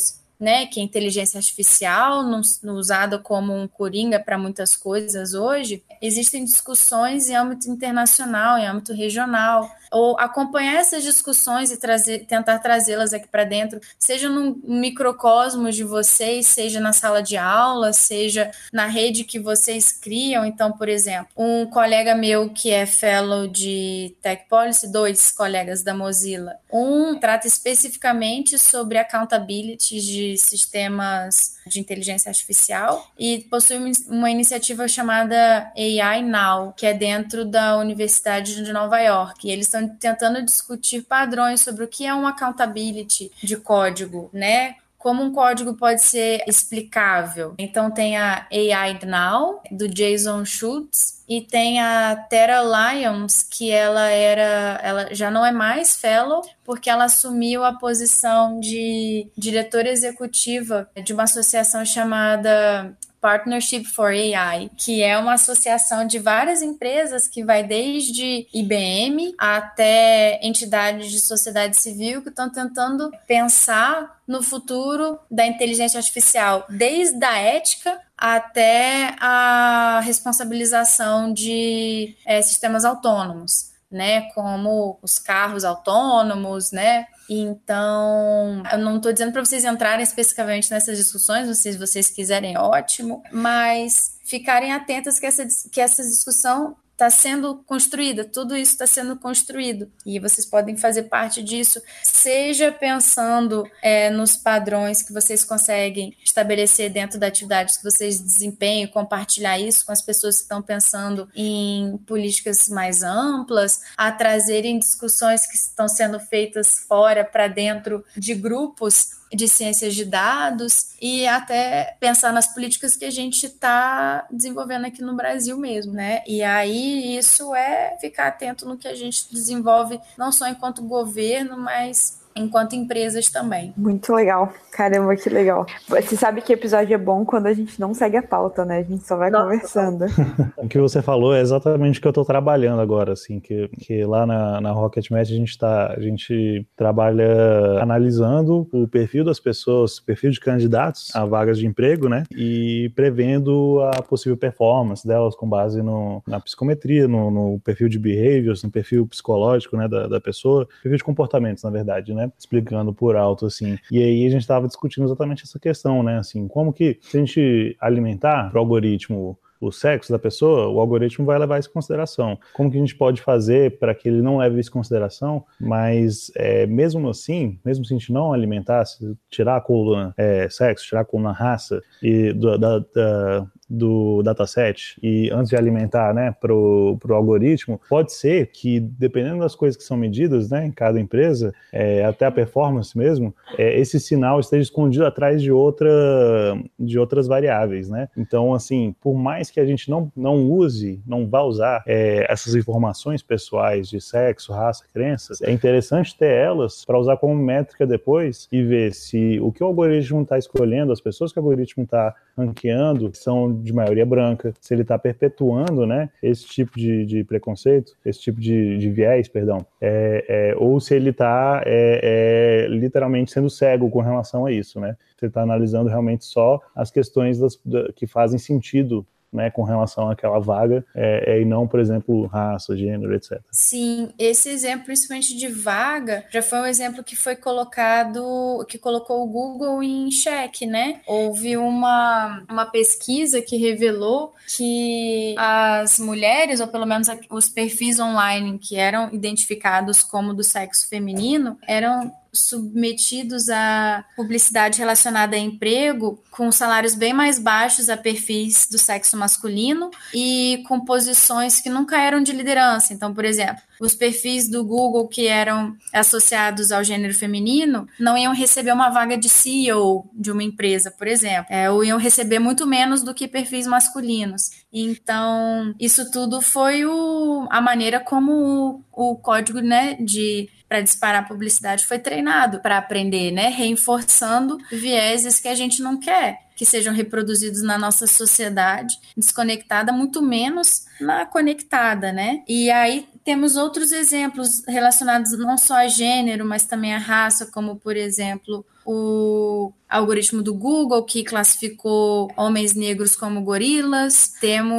né, que é inteligência artificial, não, não usada como um coringa para muitas coisas hoje, existem discussões em âmbito internacional, em âmbito regional, ou acompanhar essas discussões e trazer, tentar trazê-las aqui para dentro, seja no microcosmos de vocês, seja na sala de aula, seja na rede que vocês criam. Então, por exemplo, um colega meu que é fellow de Tech Policy, dois colegas da Mozilla, um trata especificamente sobre accountability de sistemas de inteligência artificial e possui uma iniciativa chamada A I Now, que é dentro da Universidade de Nova York, e eles estão tentando discutir padrões sobre o que é um accountability de código, né? Como um código pode ser explicável. Então tem a A I Now, do Jason Schultz, e tem a Tara Lyons, que ela era, ela já não é mais fellow, porque ela assumiu a posição de diretora executiva de uma associação chamada Partnership for A I, que é uma associação de várias empresas que vai desde I B M até entidades de sociedade civil que estão tentando pensar no futuro da inteligência artificial, desde a ética até a responsabilização de é, sistemas autônomos, né, como os carros autônomos, né? Então, eu não estou dizendo para vocês entrarem especificamente nessas discussões, se vocês quiserem, ótimo, mas ficarem atentas que essa, que essa discussão está sendo construída, tudo isso está sendo construído, e vocês podem fazer parte disso, seja pensando é, nos padrões que vocês conseguem estabelecer dentro da atividade que vocês desempenham, compartilhar isso com as pessoas que estão pensando em políticas mais amplas, a trazerem discussões que estão sendo feitas fora para dentro de grupos de ciências de dados, e até pensar nas políticas que a gente está desenvolvendo aqui no Brasil mesmo, né? E aí isso é ficar atento no que a gente desenvolve, não só enquanto governo, mas enquanto empresas também. Muito legal. Caramba, que legal. Você sabe que episódio é bom quando a gente não segue a pauta, né? A gente só vai Nossa. conversando. O que você falou é exatamente o que eu estou trabalhando agora, assim, que, que lá na, na RocketMatch a gente tá, a gente trabalha analisando o perfil das pessoas, o perfil de candidatos a vagas de emprego, né? E prevendo a possível performance delas com base no, na psicometria, no, no perfil de behaviors, no perfil psicológico, né, da, da pessoa, perfil de comportamentos, na verdade, né? Explicando por alto, assim. E aí a gente estava discutindo exatamente essa questão, né? Assim, como que, se a gente alimentar para o algoritmo o sexo da pessoa, o algoritmo vai levar isso em consideração. Como que a gente pode fazer para que ele não leve isso em consideração, mas é, mesmo assim, mesmo se a gente não alimentar, se tirar a coluna é, sexo, tirar a coluna raça e do, da, da, do dataset, e antes de alimentar, né, pro, pro algoritmo, pode ser que, dependendo das coisas que são medidas, né, em cada empresa, é, até a performance mesmo, é, esse sinal esteja escondido atrás de, outra, de outras variáveis, né? Então, assim, por mais que a gente não, não use, não vá usar é, essas informações pessoais de sexo, raça, crenças, é interessante ter elas para usar como métrica depois e ver se o que o algoritmo está escolhendo, as pessoas que o algoritmo está ranqueando, são de maioria branca, se ele está perpetuando, né, esse tipo de, de preconceito, esse tipo de, de viés, perdão, é, é, ou se ele está é, é, literalmente sendo cego com relação a isso, né? Você está analisando realmente só as questões das, da, que fazem sentido, né, com relação àquela vaga, é, é, e não, por exemplo, raça, gênero, etcétera. Sim, esse exemplo, principalmente de vaga, já foi um exemplo que foi colocado, que colocou o Google em xeque, né? Houve uma, uma pesquisa que revelou que as mulheres, ou pelo menos os perfis online que eram identificados como do sexo feminino, eram submetidos a publicidade relacionada a emprego com salários bem mais baixos a perfis do sexo masculino e com posições que nunca eram de liderança. Então, por exemplo, os perfis do Google que eram associados ao gênero feminino não iam receber uma vaga de C E O de uma empresa, por exemplo, é, ou iam receber muito menos do que perfis masculinos. Então, isso tudo foi o, a maneira como o, o código, né, de para disparar publicidade foi treinado para aprender, né? Reforçando vieses que a gente não quer que sejam reproduzidos na nossa sociedade desconectada, muito menos na conectada, né? E aí temos outros exemplos relacionados não só a gênero, mas também a raça, como, por exemplo, o algoritmo do Google, que classificou homens negros como gorilas.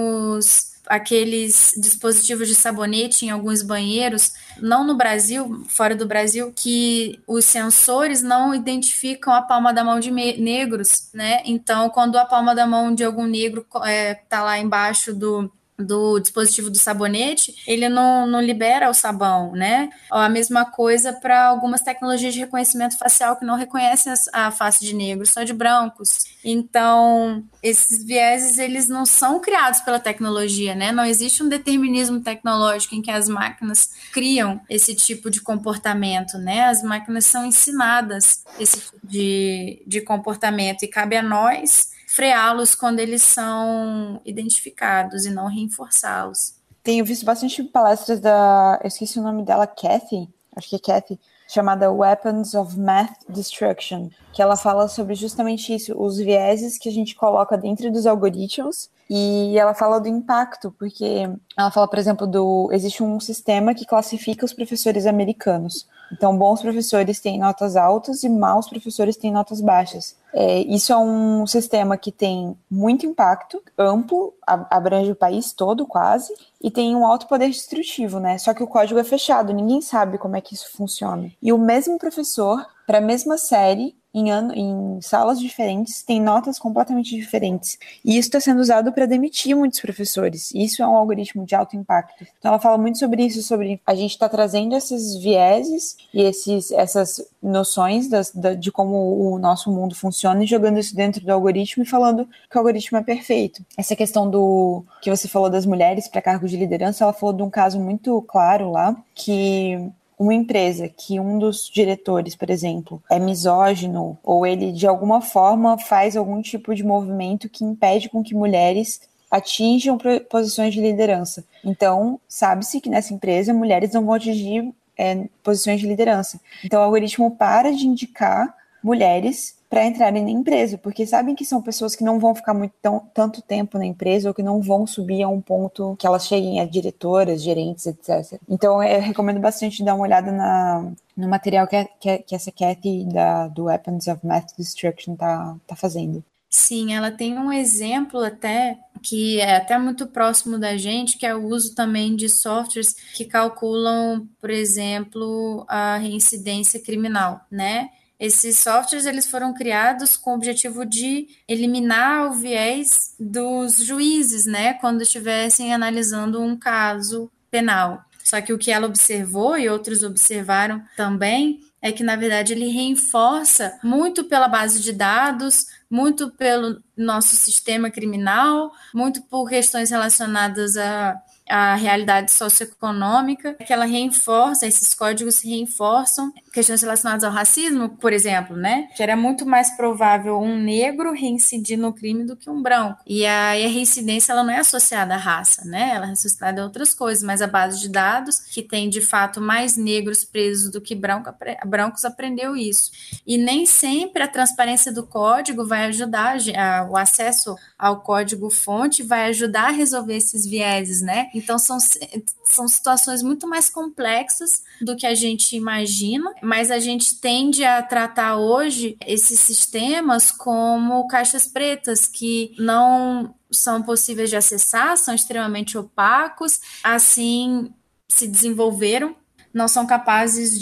Temos aqueles dispositivos de sabonete em alguns banheiros, não no Brasil, fora do Brasil, que os sensores não identificam a palma da mão de negros, né? Então, quando a palma da mão de algum negro está lá embaixo do do dispositivo do sabonete, ele não, não libera o sabão, né? A mesma coisa para algumas tecnologias de reconhecimento facial que não reconhecem a face de negros, só de brancos. Então, esses vieses, eles não são criados pela tecnologia, né? Não existe um determinismo tecnológico em que as máquinas criam esse tipo de comportamento, né? As máquinas são ensinadas esse tipo de, de comportamento e cabe a nós freá-los quando eles são identificados e não reforçá-los. Tenho visto bastante palestras da... Eu esqueci o nome dela, Kathy? Acho que é Kathy. Chamada Weapons of Math Destruction, que ela fala sobre justamente isso, os vieses que a gente coloca dentro dos algoritmos, e ela fala do impacto, porque ela fala, por exemplo, do existe um sistema que classifica os professores americanos. Então, bons professores têm notas altas e maus professores têm notas baixas. É, isso é um sistema que tem muito impacto, amplo, abrange o país todo quase, e tem um alto poder destrutivo, né? Só que o código é fechado, ninguém sabe como é que isso funciona. E o mesmo professor, para a mesma série, em, ano, em salas diferentes, tem notas completamente diferentes. E isso está sendo usado para demitir muitos professores. E isso é um algoritmo de alto impacto. Então ela fala muito sobre isso, sobre a gente está trazendo esses vieses e esses, essas noções das, da, de como o nosso mundo funciona e jogando isso dentro do algoritmo e falando que o algoritmo é perfeito. Essa questão do que você falou das mulheres para cargos de liderança, ela falou de um caso muito claro lá, que uma empresa que um dos diretores, por exemplo, é misógino ou ele de alguma forma faz algum tipo de movimento que impede com que mulheres atinjam posições de liderança. Então, sabe-se que nessa empresa mulheres não vão atingir é, posições de liderança. Então, o algoritmo para de indicar mulheres para entrarem na empresa, porque sabem que são pessoas que não vão ficar muito tão, tanto tempo na empresa ou que não vão subir a um ponto que elas cheguem a diretoras, gerentes, etcétera. Então, eu recomendo bastante dar uma olhada na, no material que, que, que essa Kathy da, do Weapons of Math Destruction tá, tá fazendo. Sim, ela tem um exemplo até que é até muito próximo da gente, que é o uso também de softwares que calculam, por exemplo, a reincidência criminal, né? Esses softwares eles foram criados com o objetivo de eliminar o viés dos juízes, né, quando estivessem analisando um caso penal. Só que o que ela observou e outros observaram também é que, na verdade, ele reforça muito pela base de dados, muito pelo nosso sistema criminal, muito por questões relacionadas a a realidade socioeconômica, que ela reforça, esses códigos reforçam questões relacionadas ao racismo, por exemplo, né? Que era muito mais provável um negro reincidir no crime do que um branco. E aí a reincidência, ela não é associada à raça, né? Ela é associada a outras coisas, mas a base de dados, que tem de fato mais negros presos do que branco, brancos, aprendeu isso. E nem sempre a transparência do código vai ajudar, a, o acesso ao código-fonte vai ajudar a resolver esses vieses, né? Então, são, são situações muito mais complexas do que a gente imagina, mas a gente tende a tratar hoje esses sistemas como caixas pretas, que não são possíveis de acessar, são extremamente opacos, assim se desenvolveram, não são capazes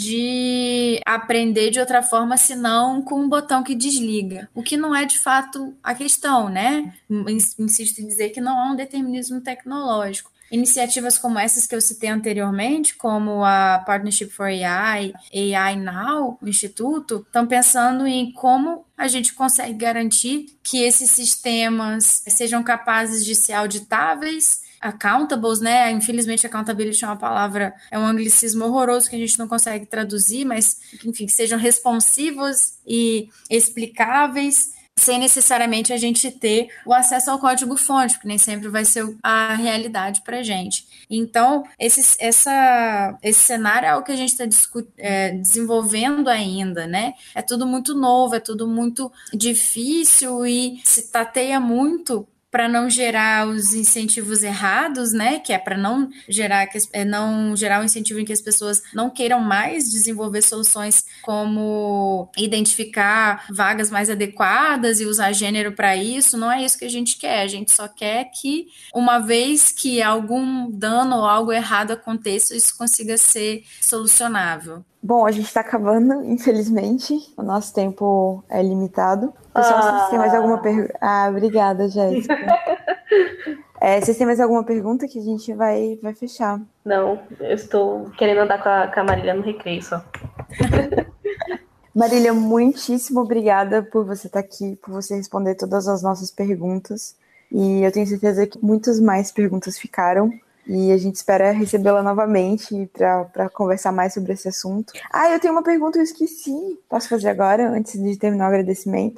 de aprender de outra forma senão com um botão que desliga, o que não é de fato a questão, né? Insisto em dizer que não há um determinismo tecnológico. Iniciativas como essas que eu citei anteriormente, como a Partnership for A I, A I Now, o Instituto, estão pensando em como a gente consegue garantir que esses sistemas sejam capazes de ser auditáveis, accountables, né? Infelizmente, accountability é uma palavra, é um anglicismo horroroso que a gente não consegue traduzir, mas, enfim, que sejam responsivos e explicáveis, sem necessariamente a gente ter o acesso ao código-fonte, porque nem sempre vai ser a realidade para a gente. Então, esse, essa, esse cenário é o que a gente está é, desenvolvendo ainda, né? É tudo muito novo, é tudo muito difícil e se tateia muito para não gerar os incentivos errados, né? Que é para não gerar que é não gerar um incentivo em que as pessoas não queiram mais desenvolver soluções como identificar vagas mais adequadas e usar gênero para isso. Não é isso que a gente quer. A gente só quer que, uma vez que algum dano ou algo errado aconteça, isso consiga ser solucionável. Bom, a gente está acabando, infelizmente. O nosso tempo é limitado. Pessoal, ah. vocês têm mais alguma pergunta? Ah, obrigada, Jéssica. é, vocês têm mais alguma pergunta que a gente vai, vai fechar? Não, eu estou querendo andar com a, com a Marília no recreio só. Marília, muitíssimo obrigada por você estar aqui, por você responder todas as nossas perguntas. E eu tenho certeza que muitas mais perguntas ficaram. E a gente espera recebê-la novamente para conversar mais sobre esse assunto. Ah, eu tenho uma pergunta, eu esqueci. Posso fazer agora, antes de terminar o agradecimento?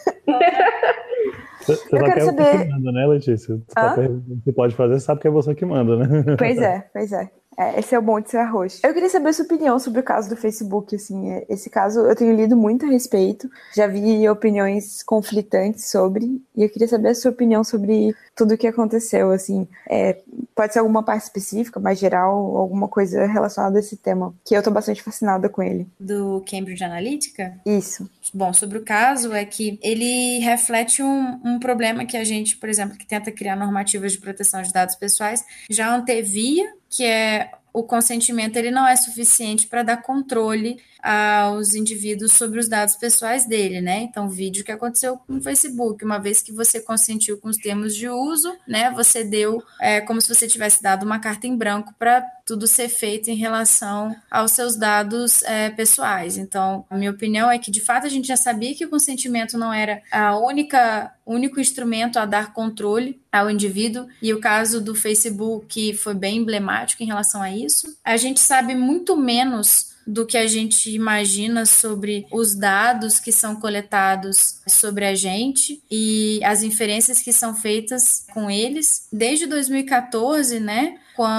Você, você eu quero saber... que manda, né, Letícia? Você, tá você pode fazer, sabe que é você que manda, né? Pois é, pois é. É, esse é o bom de ser arroz. Eu queria saber a sua opinião sobre o caso do Facebook, assim, esse caso eu tenho lido muito a respeito, já vi opiniões conflitantes sobre, e eu queria saber a sua opinião sobre tudo o que aconteceu, assim, é, pode ser alguma parte específica, mais geral, alguma coisa relacionada a esse tema, que eu tô bastante fascinada com ele. Do Cambridge Analytica? Isso. Bom, sobre o caso é que ele reflete um, um problema que a gente, por exemplo, que tenta criar normativas de proteção de dados pessoais, já antevia, que é o consentimento ele não é suficiente para dar controle aos indivíduos sobre os dados pessoais dele, né? Então, o vídeo que aconteceu com o Facebook, uma vez que você consentiu com os termos de uso, né? Você deu, é, como se você tivesse dado uma carta em branco para tudo ser feito em relação aos seus dados é, pessoais. Então, a minha opinião é que, de fato, a gente já sabia que o consentimento não era a única, o único instrumento a dar controle ao indivíduo, e o caso do Facebook foi bem emblemático em relação a isso. A gente sabe muito menos do que a gente imagina sobre os dados que são coletados sobre a gente e as inferências que são feitas com eles. Desde dois mil e catorze, né,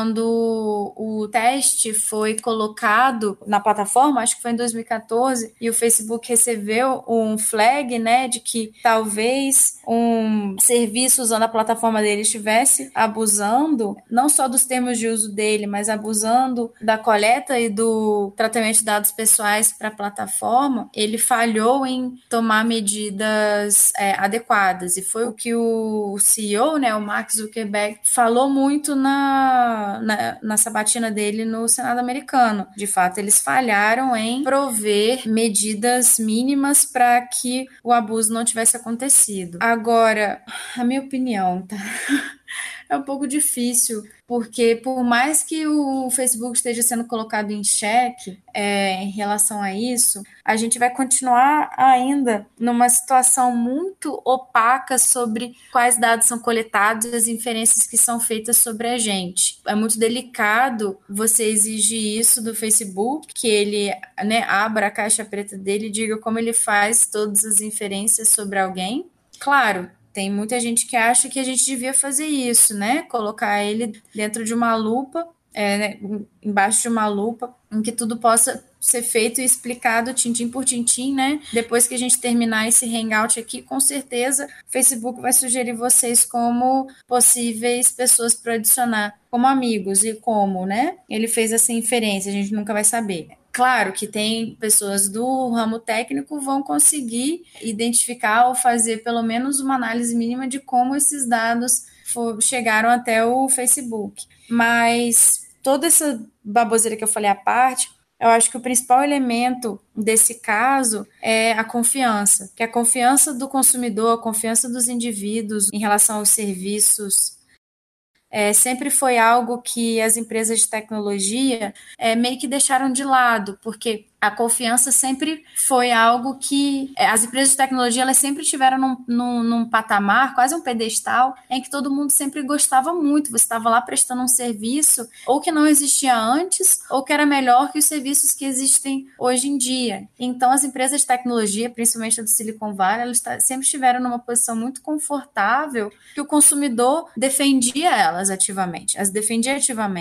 quando o teste foi colocado na plataforma, acho que foi em dois mil e catorze, e o Facebook recebeu um flag, né, de que talvez um serviço usando a plataforma dele estivesse abusando, não só dos termos de uso dele, mas abusando da coleta e do tratamento de dados pessoais para a plataforma, ele falhou em tomar medidas é, adequadas, e foi o que o C E O, né, o Mark Zuckerberg, falou muito na, na, na sabatina dele no Senado americano. De fato, eles falharam em prover medidas mínimas para que o abuso não tivesse acontecido. Agora, a minha opinião, tá? É um pouco difícil, porque por mais que o Facebook esteja sendo colocado em xeque é, em relação a isso, a gente vai continuar ainda numa situação muito opaca sobre quais dados são coletados e as inferências que são feitas sobre a gente. É muito delicado você exigir isso do Facebook, que ele, né, abra a caixa preta dele e diga como ele faz todas as inferências sobre alguém. Claro, tem muita gente que acha que a gente devia fazer isso, né? Colocar ele dentro de uma lupa, é, né? embaixo de uma lupa, em que tudo possa ser feito e explicado tintim por tintim, né? Depois que a gente terminar esse hangout aqui, com certeza o Facebook vai sugerir vocês como possíveis pessoas para adicionar como amigos e como, né? Ele fez essa inferência, a gente nunca vai saber. Claro que tem pessoas do ramo técnico vão conseguir identificar ou fazer pelo menos uma análise mínima de como esses dados for, chegaram até o Facebook. Mas toda essa baboseira que eu falei à parte, eu acho que o principal elemento desse caso é a confiança, que a confiança do consumidor, a confiança dos indivíduos em relação aos serviços É, sempre foi algo que as empresas de tecnologia é, meio que deixaram de lado, porque a confiança sempre foi algo que é, as empresas de tecnologia elas sempre tiveram num, num, num patamar, quase um pedestal, em que todo mundo sempre gostava muito. Você estava lá prestando um serviço ou que não existia antes ou que era melhor que os serviços que existem hoje em dia. Então as empresas de tecnologia, principalmente a do Silicon Valley, elas sempre estiveram numa posição muito confortável que o consumidor defendia elas ativamente, as defendia ativamente.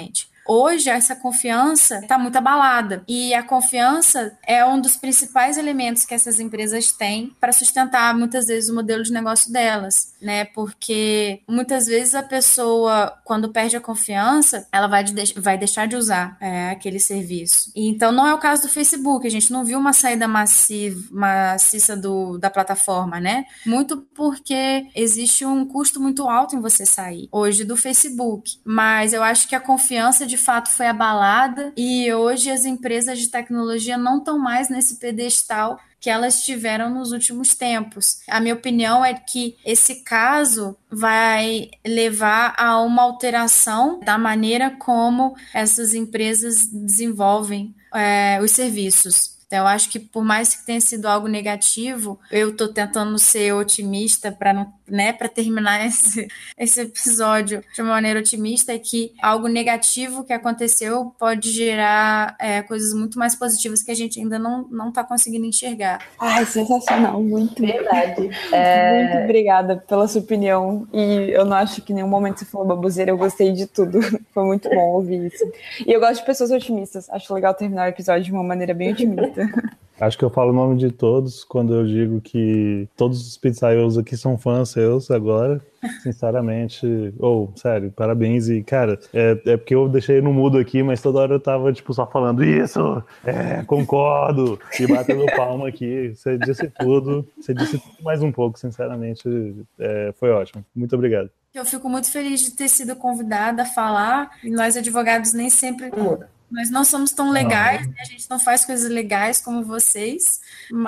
hoje essa confiança está muito abalada. E a confiança é um dos principais elementos que essas empresas têm para sustentar, muitas vezes, o modelo de negócio delas, né? Porque muitas vezes a pessoa, quando perde a confiança, ela vai, de, vai deixar de usar é, aquele serviço. E, então, não é o caso do Facebook. A gente não viu uma saída massiva, maciça do, da plataforma, né? Muito porque existe um custo muito alto em você sair hoje do Facebook. Mas eu acho que a confiança, de fato, foi abalada e hoje as empresas de tecnologia não estão mais nesse pedestal que elas tiveram nos últimos tempos. A minha opinião é que esse caso vai levar a uma alteração da maneira como essas empresas desenvolvem é, os serviços. Então, eu acho que por mais que tenha sido algo negativo, eu estou tentando ser otimista para não, né, para terminar esse, esse episódio de uma maneira otimista, é que algo negativo que aconteceu pode gerar é, coisas muito mais positivas que a gente ainda não não está conseguindo enxergar. Ai, sensacional, muito verdade. É... Muito obrigada pela sua opinião. E eu não acho que em nenhum momento você falou baboseira, eu gostei de tudo. Foi muito bom ouvir isso. E eu gosto de pessoas otimistas. Acho legal terminar o episódio de uma maneira bem otimista. Acho que eu falo o nome de todos quando eu digo que todos os pizzaiolo aqui são fãs seus agora, sinceramente. Ou, oh, sério, parabéns. E, cara, é, é porque eu deixei no mudo aqui, mas toda hora eu tava, tipo, só falando isso, é, concordo, e batendo palma aqui. Você disse tudo, você disse tudo mais um pouco, sinceramente, é, foi ótimo. Muito obrigado. Eu fico muito feliz de ter sido convidada a falar, e nós advogados nem sempre... Nós não somos tão legais, né? A gente não faz coisas legais como vocês,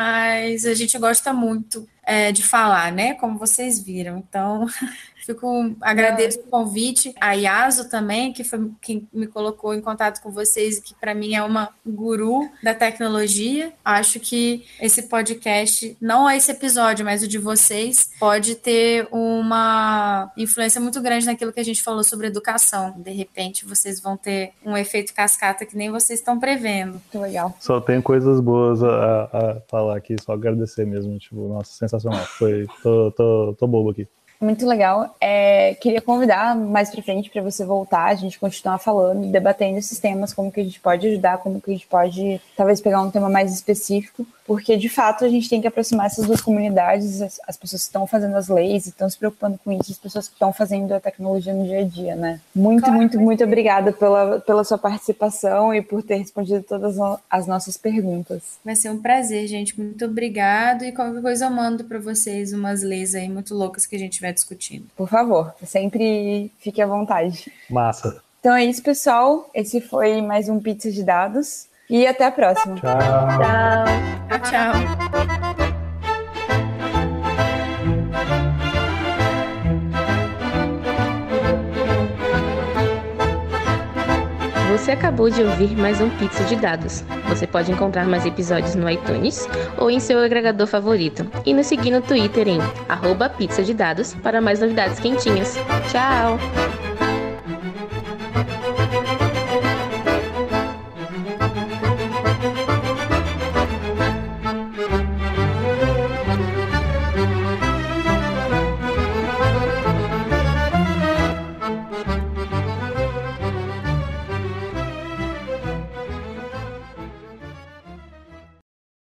mas a gente gosta muito é, de falar, né? Como vocês viram. Então, fico, agradeço o convite. A Yaso também, que foi quem me colocou em contato com vocês, que para mim é uma guru da tecnologia. Acho que esse podcast, não esse episódio, mas o de vocês, pode ter uma influência muito grande naquilo que a gente falou sobre educação. De repente, vocês vão ter um efeito cascata que nem vocês estão prevendo. Muito legal. Só tenho coisas boas a, a falar aqui, só agradecer mesmo. Tipo, nossa, sensacional. Foi, tô, tô, tô bobo aqui. Muito legal. É, queria convidar mais pra frente para você voltar, a gente continuar falando e debatendo esses temas, como que a gente pode ajudar, como que a gente pode talvez pegar um tema mais específico, porque de fato a gente tem que aproximar essas duas comunidades, as, as pessoas que estão fazendo as leis e estão se preocupando com isso, as pessoas que estão fazendo a tecnologia no dia a dia, né? Muito, claro, muito, muito obrigada pela, pela sua participação e por ter respondido todas as nossas perguntas. Vai ser um prazer, gente. Muito obrigado, e qualquer coisa eu mando para vocês umas leis aí muito loucas que a gente vai discutindo. Por favor, sempre fique à vontade. Massa. Então é isso, pessoal. Esse foi mais um Pizza de Dados. E até a próxima. Tchau. Tchau. Tchau, tchau. Você acabou de ouvir mais um Pizza de Dados. Você pode encontrar mais episódios no iTunes ou em seu agregador favorito. E nos seguir no Twitter em arroba pizza de dados para mais novidades quentinhas. Tchau!